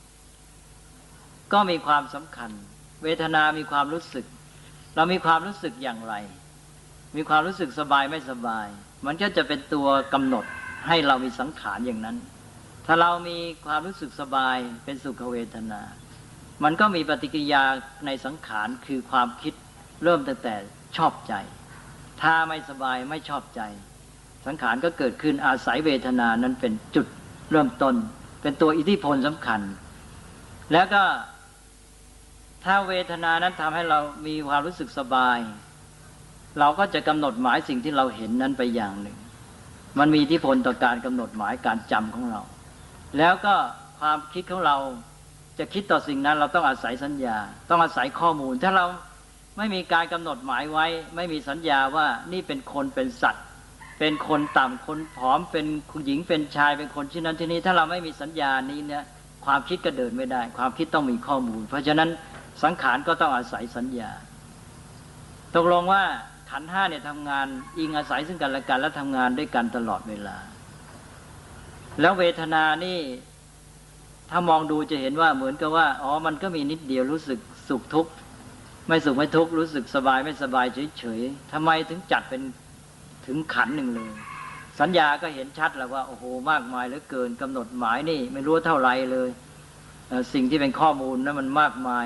ก็มีความสำคัญเวทนามีความรู้สึกเรามีความรู้สึกอย่างไรมีความรู้สึกสบายไม่สบายมันก็จะเป็นตัวกำหนดให้เรามีสังขารอย่างนั้นถ้าเรามีความรู้สึกสบายเป็นสุขเวทนามันก็มีปฏิกิริยาในสังขารคือความคิดเริ่มตั้งแต่ชอบใจถ้าไม่สบายไม่ชอบใจสังขารก็เกิดขึ้นอาศัยเวทนานั้นเป็นจุดเริ่มต้นเป็นตัวอิทธิพลสำคัญแล้วก็ถ้าเวทนานั้นทำให้เรามีความรู้สึกสบายเราก็จะกำหนดหมายสิ่งที่เราเห็นนั้นไปอย่างหนึ่งมันมีอิทธิพลต่อการกำหนดหมายการจำของเราแล้วก็ความคิดของเราจะคิดต่อสิ่งนั้นเราต้องอาศัยสัญญาต้องอาศัยข้อมูลถ้าเราไม่มีการกำหนดหมายไว้ไม่มีสัญญาว่านี่เป็นคนเป็นสัตว์เป็นคนต่ำคนผอมเป็นผู้หญิงเป็นชายเป็นคนที่นั้นที่นี้ถ้าเราไม่มีสัญญานี้เนี่ยความคิดก็เดินไม่ได้ความคิดต้องมีข้อมูลเพราะฉะนั้นสังขารก็ต้องอาศัยสัญญาตกลงว่าขันธ์ห้าเนี่ยทำงานอิงอาศัยซึ่งกันและกันและทำงานด้วยกันตลอดเวลาแล้วเวทนานี่ถ้ามองดูจะเห็นว่าเหมือนกับว่าอ๋อมันก็มีนิดเดียวรู้สึกสุขทุกข์ไม่สุขไม่ทุกข์รู้สึกสบายไม่สบายเฉยๆทำไมถึงจัดเป็นถึงขันธ์หนึ่งเลยสัญญาก็เห็นชัดแล้วว่าโอ้โหมากมายเหลือเกินกำหนดหมายนี่ไม่รู้เท่าไรเลยสิ่งที่เป็นข้อมูลนั้นมันมากมาย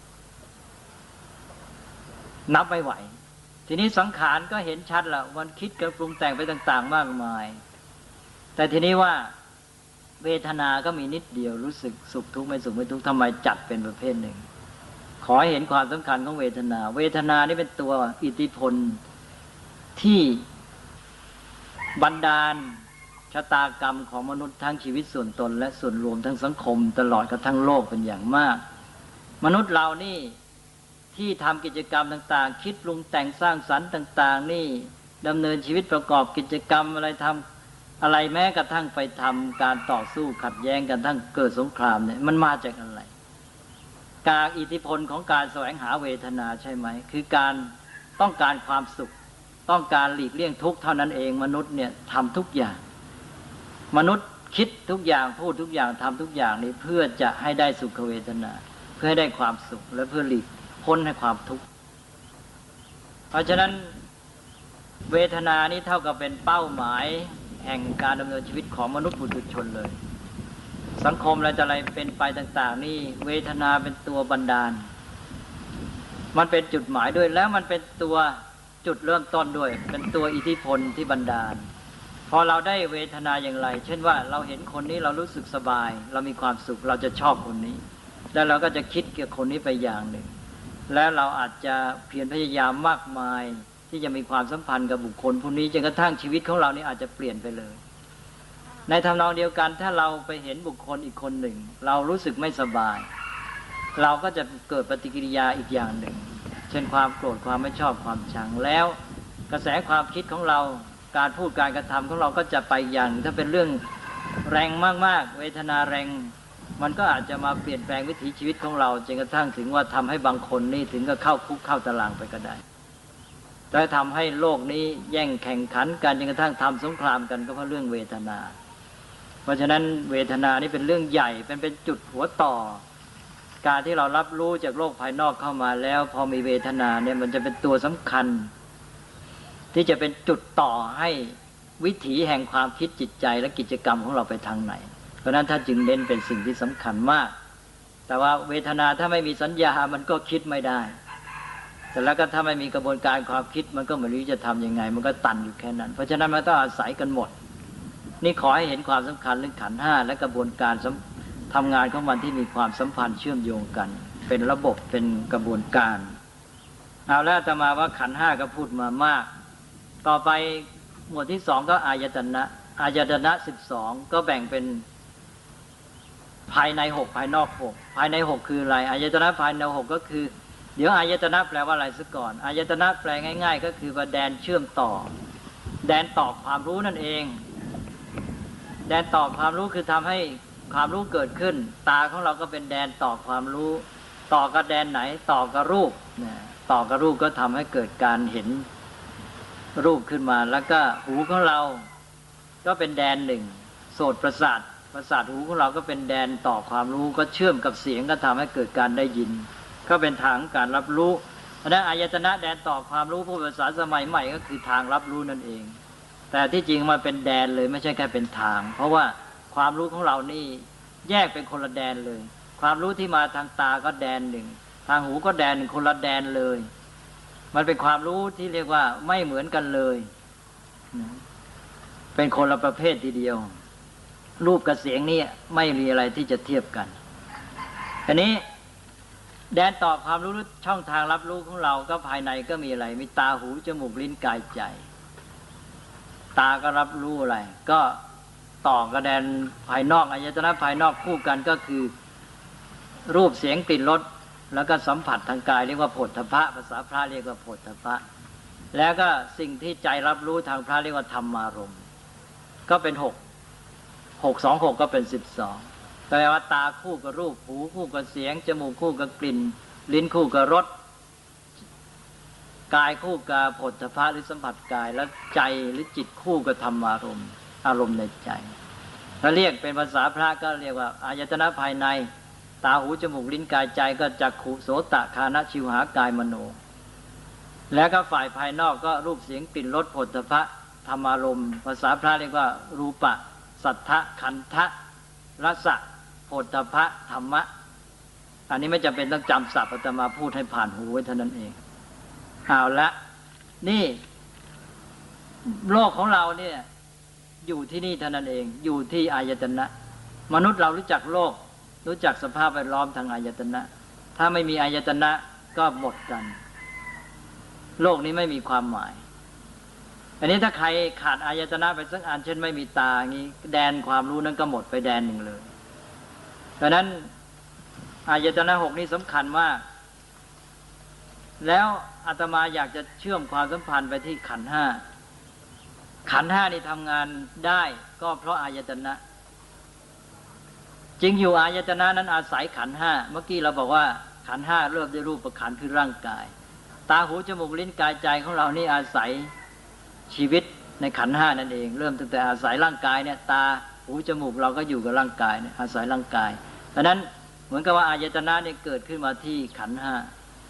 นับไม่ไหวทีนี้สังขารก็เห็นชัดแล้วมันคิดกับปรุงแต่งไปต่างๆมากมายแต่ทีนี้ว่าเวทนาก็มีนิดเดียวรู้สึกสุขทุกข์ไม่สุขไม่ทุกข์ทำไมจัดเป็นประเภทหนึ่งขอให้เห็นความสำคัญของเวทนาเวทนานี่เป็นตัวอิทธิพลที่บันดาลชะตากรรมของมนุษย์ทั้งชีวิตส่วนตนและส่วนรวมทั้งสังคมตลอดกระทั่งโลกเป็นอย่างมากมนุษย์เรานี่ที่ทำกิจกรรมต่างๆคิดปรุงแต่งสร้างสรรค์ต่างๆนี่ดำเนินชีวิตประกอบกิจกรรมอะไรทำอะไรแม้กระทั่งไปทำการต่อสู้ขัดแย้งกันทั้งเกิดสงครามเนี่ยมันมาจากอะไรการอิทธิพลของการแสวงหาเวทนาใช่ไหมคือการต้องการความสุขต้องการหลีกเลี่ยงทุกข์เท่านั้นเองมนุษย์เนี่ยทำทุกอย่างมนุษย์คิดทุกอย่างพูดทุกอย่างทำทุกอย่างนี้เพื่อจะให้ได้สุขเวทนาเพื่อให้ได้ความสุขและเพื่อหลีกพ้นให้ความทุกข์เพราะฉะนั้นเวทนานี้เท่ากับเป็นเป้าหมายแห่งการดำเนินชีวิตของมนุษย์ปุถุชนเลยสังคมอะไรจะอะไรเป็นไปต่างๆนี่เวทนาเป็นตัวบันดาลมันเป็นจุดหมายด้วยแล้วมันเป็นตัวจุดเริ่มต้นด้วยเป็นตัวอิทธิพลที่บันดาลพอเราได้เวทนาอย่างไรเช่นว่าเราเห็นคนนี้เรารู้สึกสบายเรามีความสุขเราจะชอบคนนี้แล้วเราก็จะคิดเกี่ยวกับคนนี้ไปอย่างหนึ่งและเราอาจจะเพียรพยายามมากมายที่จะมีความสัมพันธ์กับบุคคลผู้นี้จนกระทั่งชีวิตของเรานี่อาจจะเปลี่ยนไปเลยในทำนองเดียวกันถ้าเราไปเห็นบุคคลอีกคนหนึ่งเรารู้สึกไม่สบายเราก็จะเกิดปฏิกิริยาอีกอย่างหนึ่งเช่นความโกรธความไม่ชอบความชังแล้วกระแสความคิดของเราการพูดการกระทำของเราก็จะไปอย่างถ้าเป็นเรื่องแรงมากๆเวทนาแรงมันก็อาจจะมาเปลี่ยนแปลงวิถีชีวิตของเราจนกระทั่งถึงว่าทำให้บางคนนี่ถึงกับเข้าคุกเข้าตารางไปก็ได้และทำให้โลกนี้แย่งแข่งขันกันจนกระทั่งทำสงครามกันก็เพราะเรื่องเวทนาเพราะฉะนั้นเวทนานี่เป็นเรื่องใหญ่เป็นเป็นจุดหัวต่อการที่เรารับรู้จากโลกภายนอกเข้ามาแล้วพอมีเวทนาเนี่ยมันจะเป็นตัวสำคัญที่จะเป็นจุดต่อให้วิถีแห่งความคิดจิตใจและกิจกรรมของเราไปทางไหนเพราะนั้นท่านจึงเน้นเป็นสิ่งที่สำคัญมากแต่ว่าเวทนาถ้าไม่มีสัญญามันก็คิดไม่ได้แต่แล้วก็ถ้าไม่มีกระบวนการความคิดมันก็ไม่รู้จะทำยังไงมันก็ตันอยู่แค่นั้นเพราะฉะนั้นมันต้องอาศัยกันหมดนี่ขอให้เห็นความสำคัญเรื่องขันธ์ห้าและกระบวนการทำงานของมันที่มีความสัมพันธ์เชื่อมโยงกันเป็นระบบเป็นกระบวนการเอาแล้วอาตมาว่าขันธ์ห้าก็พูดมามากต่อไปหมวดที่สองก็อายตนะอายตนะสิบสองก็แบ่งเป็นภายในหกภายนอกหกภายในหกคืออะไรอายตนะภายในหกก็คือเดี๋ยวอายตนะแปลว่าอะไรซะก่อนอายตนะแปลง่ายๆก็คือว่าแดนเชื่อมต่อแดนต่อความรู้นั่นเองแดนต่อความรู้คือทำให้ความรู้เกิดขึ้นตาของเราก็เป็นแดนต่อความรู้ต่อกับแดนไหนต่อกับรูปต่อกับรูปก็ทำให้เกิดการเห็นรูปขึ้นมาแล้วก็หูของเราก็เป็นแดนหนึ่งโสตประสาทประสาทหูของเราก็เป็นแดนต่อความรู้ก็เชื่อมกับเสียงก็ทำให้เกิดการได้ยินก็เป็นทางการรับรู้เพราะฉะนั้นอายตนะแดนต่อความรู้ผู้ภาษาสมัยใหม่ก็คือทางรับรู้นั่นเองแต่ที่จริงมันเป็นแดนเลยไม่ใช่แค่เป็นทางเพราะว่าความรู้ของเรานี่แยกเป็นคนละแดนเลยความรู้ที่มาทางตาก็แดนหนึ่งทางหูก็แดนหนึ่งคนละแดนเลยมันเป็นความรู้ที่เรียกว่าไม่เหมือนกันเลยเป็นคนละประเภททีเดียวรูปกับเสียงนี่ไม่มีอะไรที่จะเทียบกันอันนี้แดนต่อความรู้ช่องทางรับรู้ของเราก็ภายในก็มีอะไรมีตาหูจมูกลิ้นกายใจตาก็รับรู้อะไรก็ต่อกับแดนภายนอกอายตนะภายนอกคู่กันก็คือรูปเสียงกลิ่นรสแล้วก็สัมผัสทางกายเรียกว่าโผฏฐัพพะภาษาพระเรียกว่าโผฏฐัพพะแล้วก็สิ่งที่ใจรับรู้ทางพระเรียกว่าธรรมารมณ์ก็เป็นหกหกสองหกก็เป็นสิบสองแปลว่าตาคู่กับรูปหูคู่กับเสียงจมูกคู่กับกลิ่นลิ้นคู่กับรสกายคู่กับโผฏฐัพพะหรือสัมผัสกายแล้วใจหรือจิตคู่กับธรรมารมณ์อารมณ์ในใจถ้าเรียกเป็นภาษาพระก็เรียกว่าอายตนะภายในตาหูจมูกลิ้นกายใจก็จักขุโสตคานะชิวหากายมโนแล้วก็ฝ่ายภายนอกก็รูปเสียงกลิ่นรสโผฏฐัพพะธรรมารมณ์ภาษาพระเรียกว่ารูปะสัทธะขันธะรสะโผฏฐัพพะธรรมะอันนี้ไม่จำเป็นต้องจำศัพท์อาตมาพูดให้ผ่านหูไว้เท่านั้นเองเอาละนี่โลกของเราเนี่ยอยู่ที่นี่เท่านั้นเองอยู่ที่อายตนะมนุษย์เรารู้จักโลกรู้จักสภาพแวดล้อมทางอายตนะถ้าไม่มีอายตนะก็หมดกันโลกนี้ไม่มีความหมายอันนี้ถ้าใครขาดอายตนะไปสักอันเช่นไม่มีตาอย่างนี้แดนความรู้นั้นก็หมดไปแดนหนึ่งเลยเพราะนั้นอายตนะหกนี้สำคัญมากแล้วอาตมาอยากจะเชื่อมความสัมพันธ์ไปที่ขันธ์ห้าขันธ์ห้านี่ทำงานได้ก็เพราะอายตนะจริงอยู่อายตนะนั้นอาศัยขันธ์ห้าเมื่อกี้เราบอกว่าขันธ์ห้าเริ่มด้วยรูปขันธ์คือร่างกายตาหูจมูกลิ้นกายใจของเรานี่อาศัยชีวิตในขันธ์ห้านั่นเองเริ่มตั้งแต่อาศัยร่างกายเนี่ยตาหูจมูกเราก็อยู่กับร่างกายเนี่ยอาศัยร่างกายดังนั้นเหมือนกับว่าอายตนะเนี่ยเกิดขึ้นมาที่ขันธ์ห้า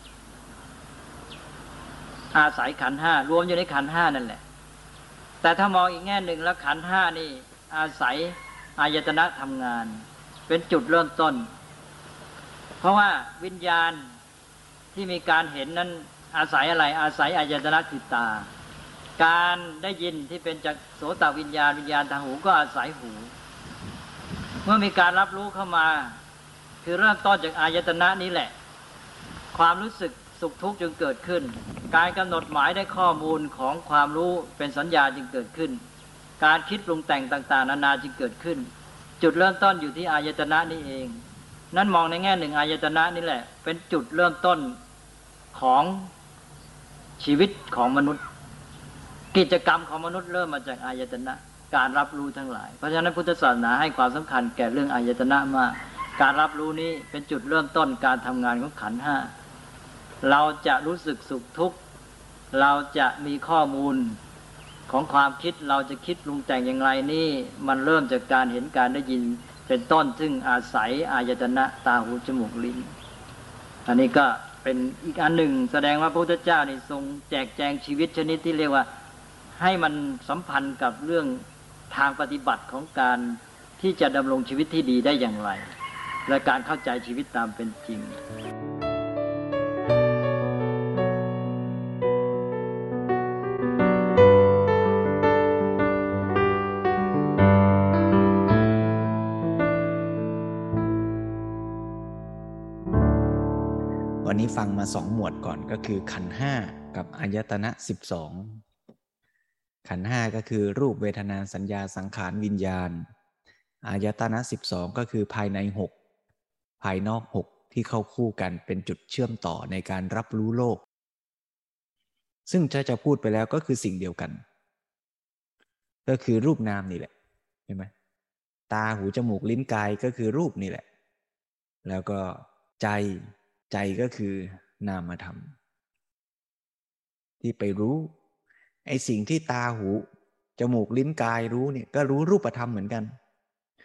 อาศัยขันธ์ห้ารวมอยู่ในขันธ์ห้านั่นแหละแต่ถ้ามองอีกแง่หนึ่งแล้วขันธ์ห้านี่อาศัยอายตนะทำงานเป็นจุดเริ่มต้นเพราะว่าวิญญาณที่มีการเห็นนั้นอาศัยอะไรอาศัยอายตนะคือตาการได้ยินที่เป็นจากโสตวิญญาณวิญญาณทางหูก็อาศัยหูเมื่อมีการรับรู้เข้ามาคือเริ่มต้นจากอายตนะนี้แหละความรู้สึกสุขทุกข์จึงเกิดขึ้นการกำหนดหมายได้ข้อมูลของความรู้เป็นสัญญาจึงเกิดขึ้นการคิดปรุงแต่งต่างๆนานาจึงเกิดขึ้นจุดเริ่มต้นอยู่ที่อายตนะนี้เองนั่นมองในแง่หนึ่งอายตนะนี่แหละเป็นจุดเริ่มต้นของชีวิตของมนุษย์กิจกรรมของมนุษย์เริ่มมาจากอายตนะการรับรู้ทั้งหลายเพราะฉะนั้นพุทธศาสนาให้ความสำคัญแก่เรื่องอายตนะมากการรับรู้นี้เป็นจุดเริ่มต้นการทำงานของขันธ์ห้าเราจะรู้สึกสุขทุกข์เราจะมีข้อมูลของความคิดเราจะคิดปรุงแต่งอย่างไรนี่มันเริ่มจากการเห็นการได้ยินเป็นต้นซึ่งอาศัยอายตนะตาหูจมูกลิ้นอันนี้ก็เป็นอีกอันหนึ่งแสดงว่าพระพุทธเจ้านี่ทรงแจกแจงชีวิตชนิดที่เรียกว่าให้มันสัมพันธ์กับเรื่องทางปฏิบัติของการที่จะดำรงชีวิตที่ดีได้อย่างไรและการเข้าใจชีวิตตามเป็นจริงวันนี้ฟังมาสองหมวดก่อนก็คือขันธ์ห้ากับอายตนะสิบสองขันธ์ห้าก็คือรูปเวทนาสัญญาสังขารวิญญาณอายตนะสิบสองก็คือภายในหกภายนอกหกที่เข้าคู่กันเป็นจุดเชื่อมต่อในการรับรู้โลกซึ่งถ้าจะพูดไปแล้วก็คือสิ่งเดียวกันก็คือรูปนามนี่แหละเห็นไหมตาหูจมูกลิ้นกายก็คือรูปนี่แหละแล้วก็ใจใจก็คือนามธรรมที่ไปรู้ไอ้สิ่งที่ตาหูจมูกลิ้นกายรู้เนี่ยก็รู้รูปธรรมเหมือนกัน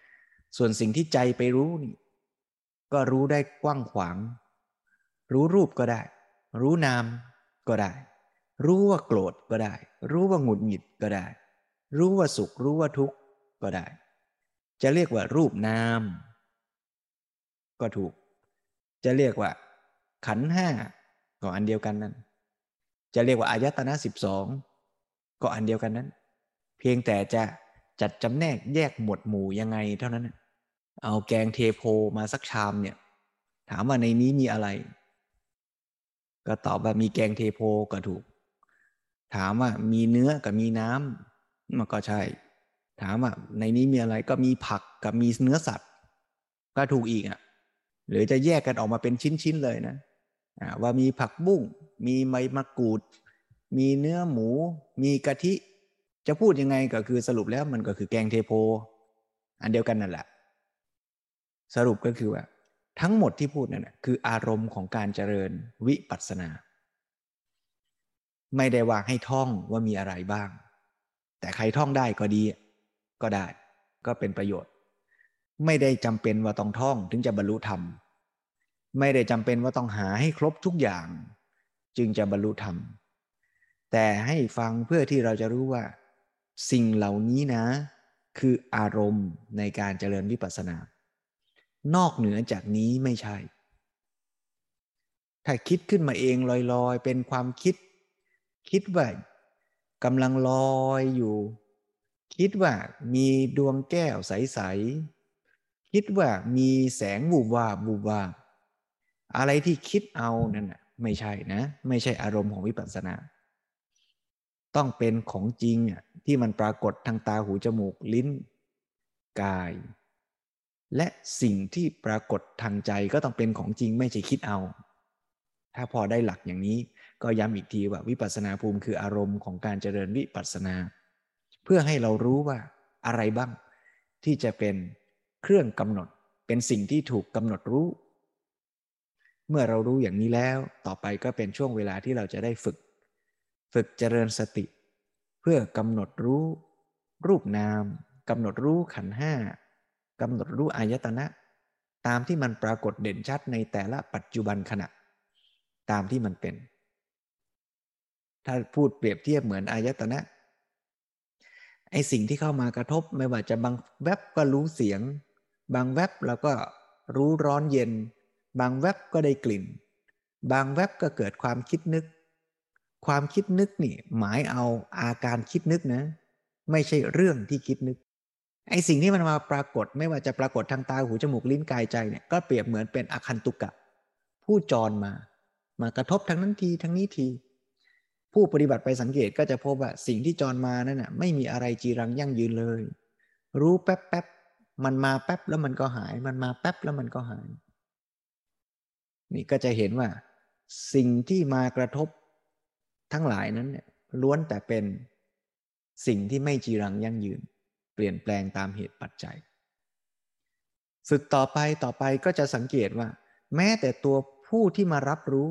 ส่วนสิ่งที่ใจไปรู้นี่ก็รู้ได้กว้างขวางรู้รูปก็ได้รู้นามก็ได้รู้ว่าโกรธก็ได้รู้ว่าหงุดหงิดก็ได้รู้ว่าสุขรู้ว่าทุกข์ก็ได้จะเรียกว่ารูปนามก็ถูกจะเรียกว่าขันธ์ห้าก็อันเดียวกันนั้นจะเรียกว่าอายตนะสิบสองก็อันเดียวกันนั้นเพียงแต่จะจัดจำแนกแยกหมวดหมู่ยังไงเท่านั้นเอาแกงเทโพมาสักชามเนี่ยถามว่าในนี้มีอะไรก็ตอบว่ามีแกงเทโพก็ถูกถามว่ามีเนื้อกับมีน้ำมันก็ใช่ถามว่าในนี้มีอะไรก็มีผักกับมีเนื้อสัตว์ก็ถูกอีกอ่ะหรือจะแยกกันออกมาเป็นชิ้นๆเลยนะว่ามีผักบุ้งมีใบมะกรูดมีเนื้อหมูมีกะทิจะพูดยังไงก็คือสรุปแล้วมันก็คือแกงเทโพอันเดียวกันนั่นแหละสรุปก็คือว่าทั้งหมดที่พูดนั่นแหละคืออารมณ์ของการเจริญวิปัสสนาไม่ได้ว่าให้ท่องว่ามีอะไรบ้างแต่ใครท่องได้ก็ดีก็ได้ก็เป็นประโยชน์ไม่ได้จำเป็นว่าต้องท่องถึงจะบรรลุธรรมไม่ได้จำเป็นว่าต้องหาให้ครบทุกอย่างจึงจะบรรลุธรรมแต่ให้ฟังเพื่อที่เราจะรู้ว่าสิ่งเหล่านี้นะคืออารมณ์ในการเจริญวิปัสสนานอกเหนือจากนี้ไม่ใช่ถ้าคิดขึ้นมาเองลอยๆเป็นความคิดคิดว่ากำลังลอยอยู่คิดว่ามีดวงแก้วใสๆคิดว่ามีแสงวูบวาบวูบวาบอะไรที่คิดเอานั่นน่ะไม่ใช่นะไม่ใช่อารมณ์ของวิปัสสนาต้องเป็นของจริงอ่ะที่มันปรากฏทางตาหูจมูกลิ้นกายและสิ่งที่ปรากฏทางใจก็ต้องเป็นของจริงไม่ใช่คิดเอาถ้าพอได้หลักอย่างนี้ก็ย้ำอีกทีว่าวิปัสสนาภูมิคืออารมณ์ของการเจริญวิปัสสนาเพื่อให้เรารู้ว่าอะไรบ้างที่จะเป็นเครื่องกำหนดเป็นสิ่งที่ถูกกำหนดรู้เมื่อเรารู้อย่างนี้แล้วต่อไปก็เป็นช่วงเวลาที่เราจะได้ฝึกฝึกเจริญสติเพื่อกำหนดรู้รูปนามกำหนดรู้ขันธ์ห้ากำหนดรู้อายตนะตามที่มันปรากฏเด่นชัดในแต่ละปัจจุบันขณะตามที่มันเป็นถ้าพูดเปรียบเทียบเหมือนอายตนะไอ้สิ่งที่เข้ามากระทบไม่ว่าจะบางแวบก็รู้เสียงบางแวบเราก็รู้ร้อนเย็นบางแวบก็ได้กลิ่นบางแวบก็เกิดความคิดนึกความคิดนึกนี่หมายเอาอาการคิดนึกนะไม่ใช่เรื่องที่คิดนึกไอ้สิ่งที่มันมาปรากฏไม่ว่าจะปรากฏทางตาหูจมูกลิ้นกายใจเนี่ยก็เปรียบเหมือนเป็นอคันตุกะผู้จรมามากระทบทั้งนั้นทีทั้งนี้ทีผู้ปฏิบัติไปสังเกตก็จะพบว่าสิ่งที่จรมานั่นน่ะไม่มีอะไรจีรังยั่งยืนเลยรู้แป๊บแป๊บมันมาแป๊บแล้วมันก็หายมันมาแป๊บแล้วมันก็หายนี่ก็จะเห็นว่าสิ่งที่มากระทบทั้งหลายนั้นเนี่ยล้วนแต่เป็นสิ่งที่ไม่จีรังยั่งยืนเปลี่ยนแปลงตามเหตุปัจจัยฝึกต่อไปต่อไปก็จะสังเกตว่าแม้แต่ตัวผู้ที่มารับรู้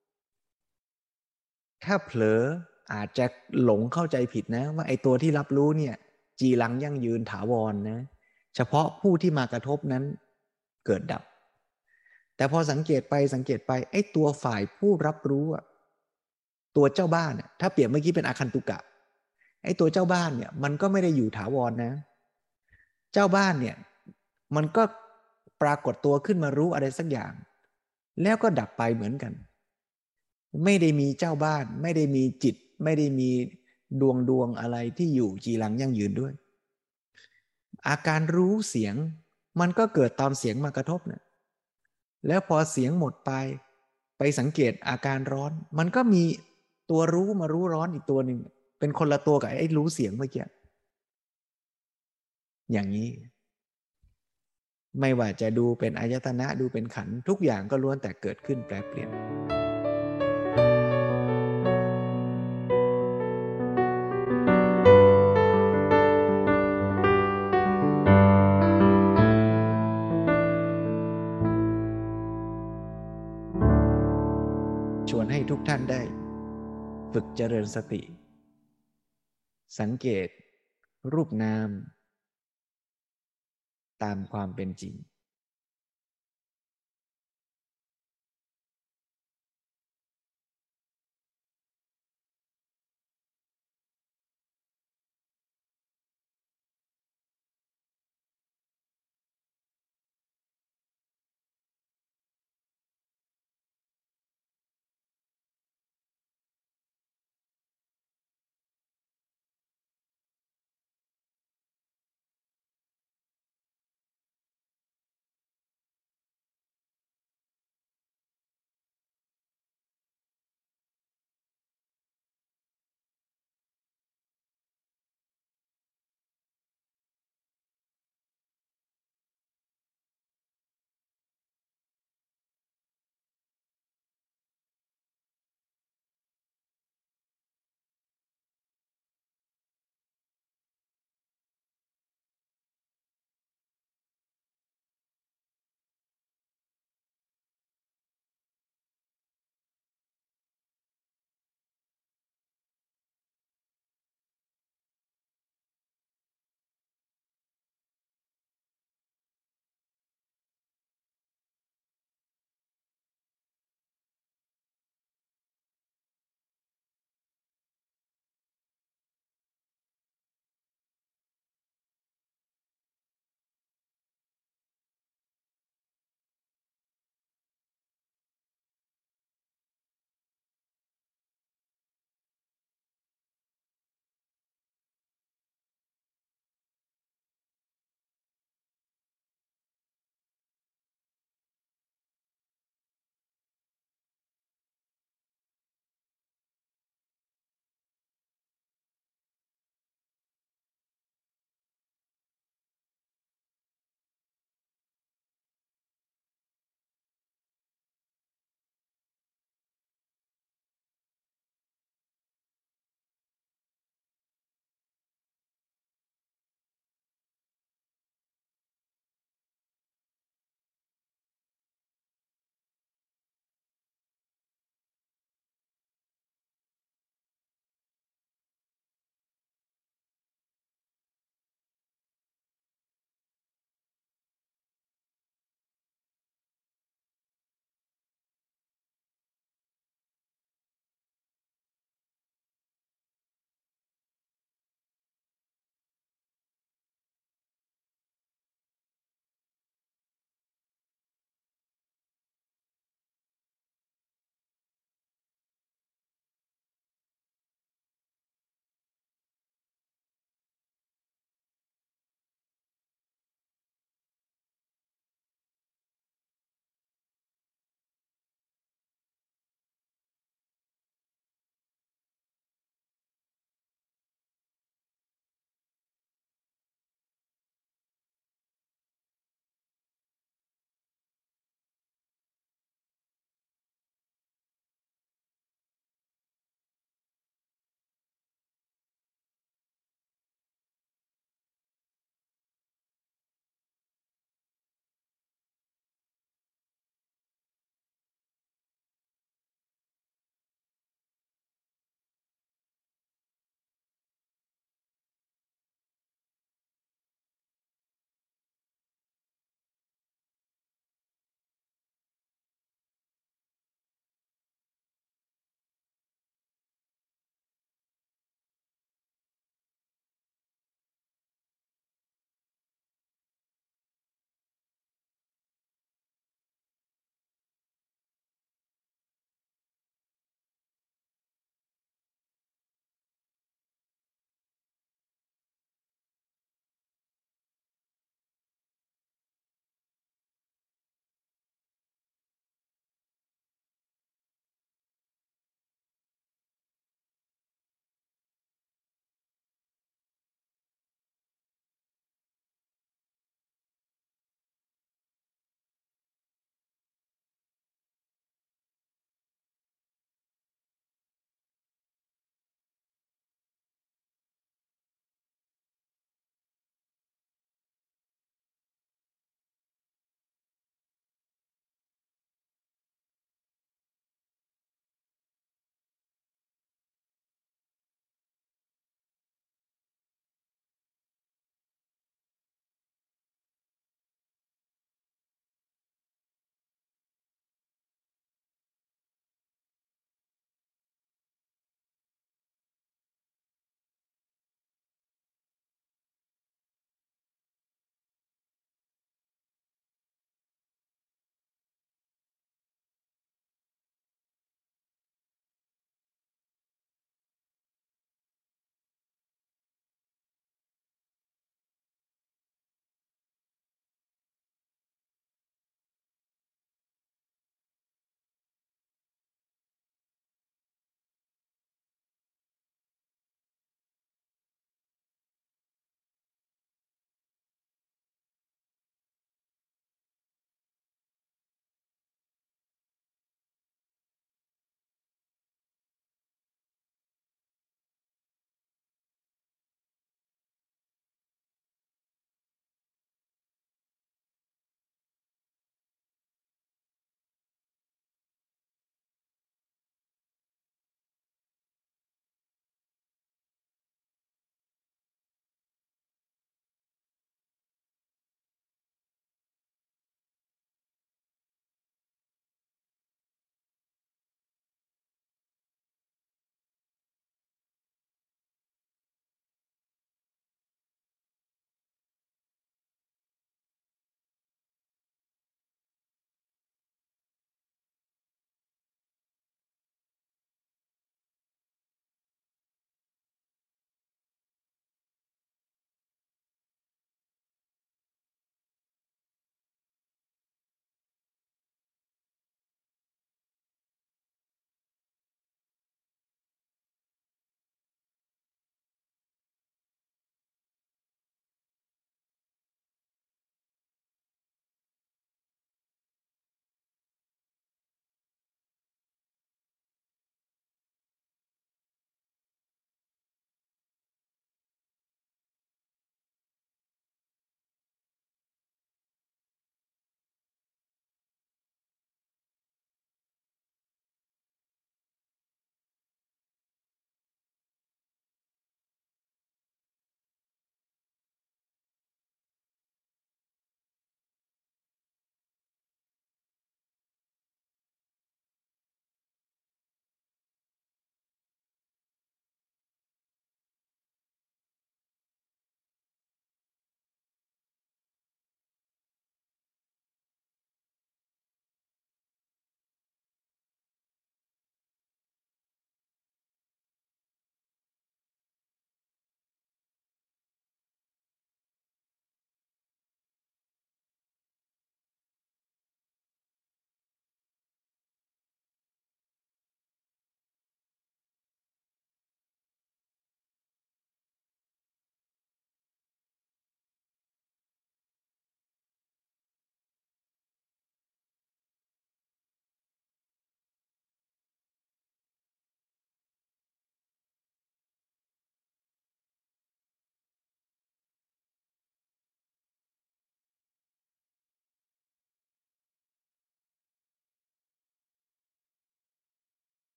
ถ้าเผลออาจจะหลงเข้าใจผิดนะว่าไอ้ตัวที่รับรู้เนี่ยจีรังยั่งยืนถาวรนะเฉพาะผู้ที่มากระทบนั้นเกิดดับแต่พอสังเกตไปสังเกตไปไอ้ตัวฝ่ายผู้รับรู้อะตัวเจ้าบ้านถ้าเปรียบเมื่อกี้เป็นอาคันตุกะไอ้ตัวเจ้าบ้านเนี่ยมันก็ไม่ได้อยู่ถาวรนะเจ้าบ้านเนี่ยมันก็ปรากฏตัวขึ้นมารู้อะไรสักอย่างแล้วก็ดับไปเหมือนกันไม่ได้มีเจ้าบ้านไม่ได้มีจิตไม่ได้มีดวงดวงอะไรที่อยู่จีรังยั่งยืนด้วยอาการรู้เสียงมันก็เกิดตอนเสียงมากระทบเนี่ยแล้วพอเสียงหมดไปไปสังเกตอาการร้อนมันก็มีตัวรู้มารู้ร้อนอีกตัวหนึ่งเป็นคนละตัวกับไอ้รู้เสียงเมื่อกี้อย่างนี้ไม่ว่าจะดูเป็นอายตนะดูเป็นขันธ์ทุกอย่างก็ล้วนแต่เกิดขึ้นแปรเปลี่ยนชวนให้ทุกท่านได้ฝึกเจริญสติสังเกตรูปนามตามความเป็นจริง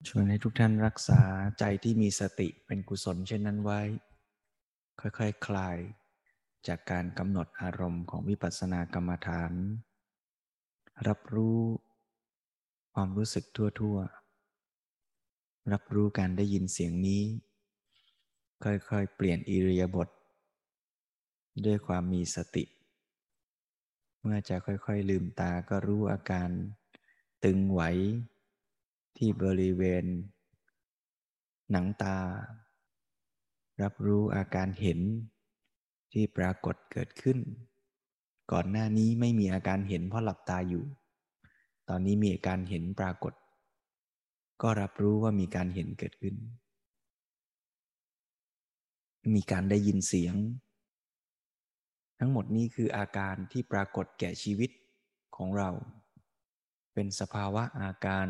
ชวนให้ทุกท่านรักษาใจที่มีสติเป็นกุศลเช่นนั้นไว้ค่อยๆ ค, คลายจากการกำหนดอารมณ์ของวิปัสสนากรรมฐานรับรู้ความรู้สึกทั่วๆรับรู้การได้ยินเสียงนี้ค่อยๆเปลี่ยนอิริยาบถด้วยความมีสติเมื่อจะค่อยๆลืมตาก็รู้อาการตึงไหวที่บริเวณหนังตารับรู้อาการเห็นที่ปรากฏเกิดขึ้นก่อนหน้านี้ไม่มีอาการเห็นเพราะหลับตาอยู่ตอนนี้มีอาการเห็นปรากฏก็รับรู้ว่ามีการเห็นเกิดขึ้นมีการได้ยินเสียงทั้งหมดนี้คืออาการที่ปรากฏแก่ชีวิตของเราเป็นสภาวะอาการ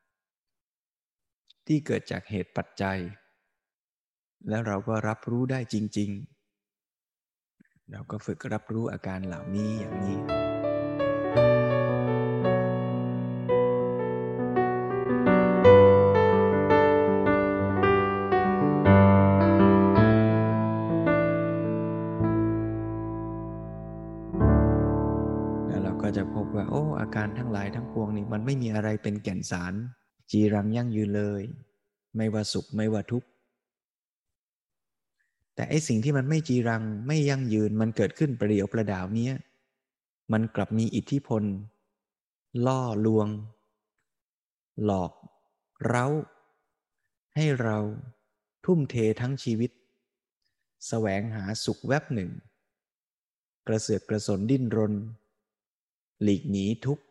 ที่เกิดจากเหตุปัจจัยแล้วเราก็รับรู้ได้จริงๆเราก็ฝึกรับรู้อาการเหล่านี้อย่างนี้แล้วเราก็จะพบว่าโอ้อาการทั้งหลายทั้งปวงนี้มันไม่มีอะไรเป็นแก่นสารจีรังยั่งยืนเลยไม่ว่าสุขไม่ว่าทุกข์แต่ไอ้สิ่งที่มันไม่จีรังไม่ยั่งยืนมันเกิดขึ้นประเดี๋ยวประดาวนี้มันกลับมีอิทธิพลล่อลวงหลอกเร้าให้เราทุ่มเททั้งชีวิตแสวงหาสุขแวบหนึ่งกระเสือกกระสนดิ้นรนหลีกหนีทุกข์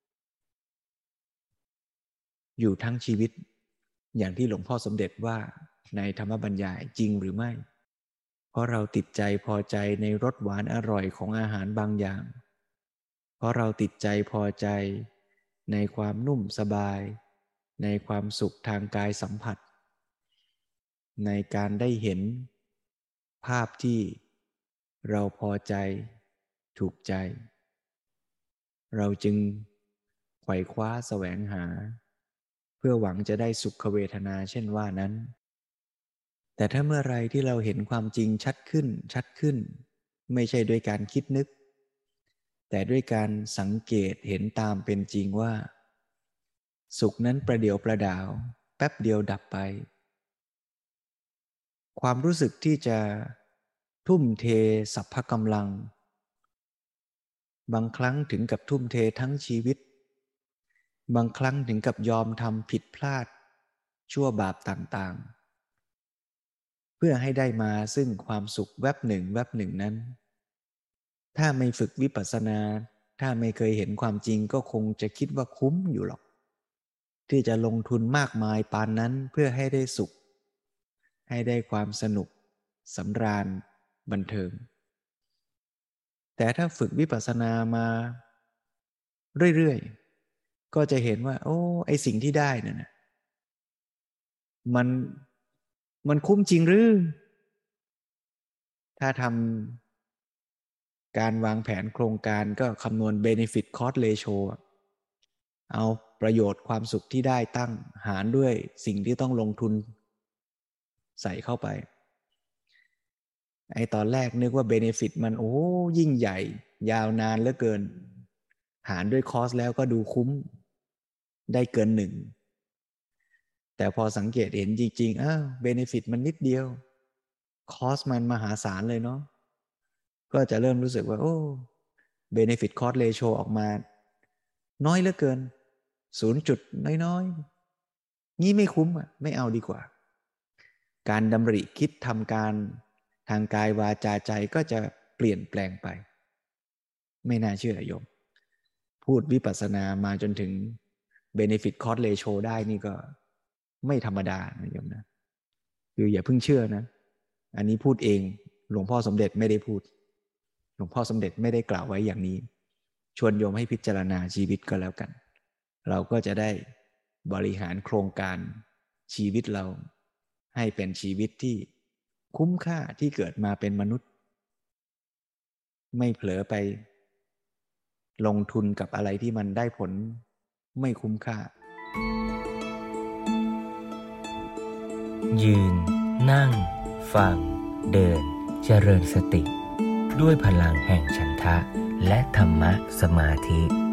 อยู่ทั้งชีวิตอย่างที่หลวงพ่อสมเด็จว่าในธรรมบรรยายจริงหรือไม่เพราะเราติดใจพอใจในรสหวานอร่อยของอาหารบางอย่างเพราะเราติดใจพอใจในความนุ่มสบายในความสุขทางกายสัมผัสในการได้เห็นภาพที่เราพอใจถูกใจเราจึงไขว่คว้าแสวงหาเพื่อหวังจะได้สุขเวทนาเช่นว่านั้นแต่ถ้าเมื่อไรที่เราเห็นความจริงชัดขึ้นชัดขึ้นไม่ใช่ด้วยการคิดนึกแต่ด้วยการสังเกตเห็นตามเป็นจริงว่าสุขนั้นประเดี๋ยวประดาวแป๊บเดียวดับไปความรู้สึกที่จะทุ่มเทสรรพกำลังบางครั้งถึงกับทุ่มเททั้งชีวิตบางครั้งถึงกับยอมทำผิดพลาดชั่วบาปต่างๆเพื่อให้ได้มาซึ่งความสุขแวบหนึ่งแวบหนึ่งนั้นถ้าไม่ฝึกวิปัสสนาถ้าไม่เคยเห็นความจริงก็คงจะคิดว่าคุ้มอยู่หรอกที่จะลงทุนมากมายปานนั้นเพื่อให้ได้สุขให้ได้ความสนุกสำราญบันเทิงแต่ถ้าฝึกวิปัสสนามาเรื่อยๆก็จะเห็นว่าโอ้ไอสิ่งที่ได้นั่นนะมันมันคุ้มจริงหรือถ้าทำการวางแผนโครงการก็คำนวณ benefit cost ratio เอาประโยชน์ความสุขที่ได้ตั้งหารด้วยสิ่งที่ต้องลงทุนใส่เข้าไปไอ้ตอนแรกนึกว่า benefit มันโอ้ยิ่งใหญ่ยาวนานเหลือเกินหารด้วยคอสแล้วก็ดูคุ้มได้เกินหนึ่งแต่พอสังเกตเห็นจริงๆอ้าวเบเนฟิตมันนิดเดียวคอสมันมหาศาลเลยเนาะก็จะเริ่มรู้สึกว่าโอ้เบเนฟิตคอสเรโชออกมาน้อยเหลือเกินศูนย์จุดน้อยๆงี้ไม่คุ้มอ่ะไม่เอาดีกว่าการดำริคิดทำการทางกายวาจาใจก็จะเปลี่ยนแปลงไปไม่น่าเชื่อโยมพูดวิปัสสนามาจนถึง benefit cost ratio ได้นี่ก็ไม่ธรรมดานะโยมนะคืออย่าเพิ่งเชื่อนะอันนี้พูดเองหลวงพ่อสมเด็จไม่ได้พูดหลวงพ่อสมเด็จไม่ได้กล่าวไว้อย่างนี้ชวนโยมให้พิจารณาชีวิตก็แล้วกันเราก็จะได้บริหารโครงการชีวิตเราให้เป็นชีวิตที่คุ้มค่าที่เกิดมาเป็นมนุษย์ไม่เผลอไปลงทุนกับอะไรที่มันได้ผลไม่คุ้มค่ายืนนั่งฟังเดินเจริญสติด้วยพลังแห่งฉันทะและธรรมะสมาธิ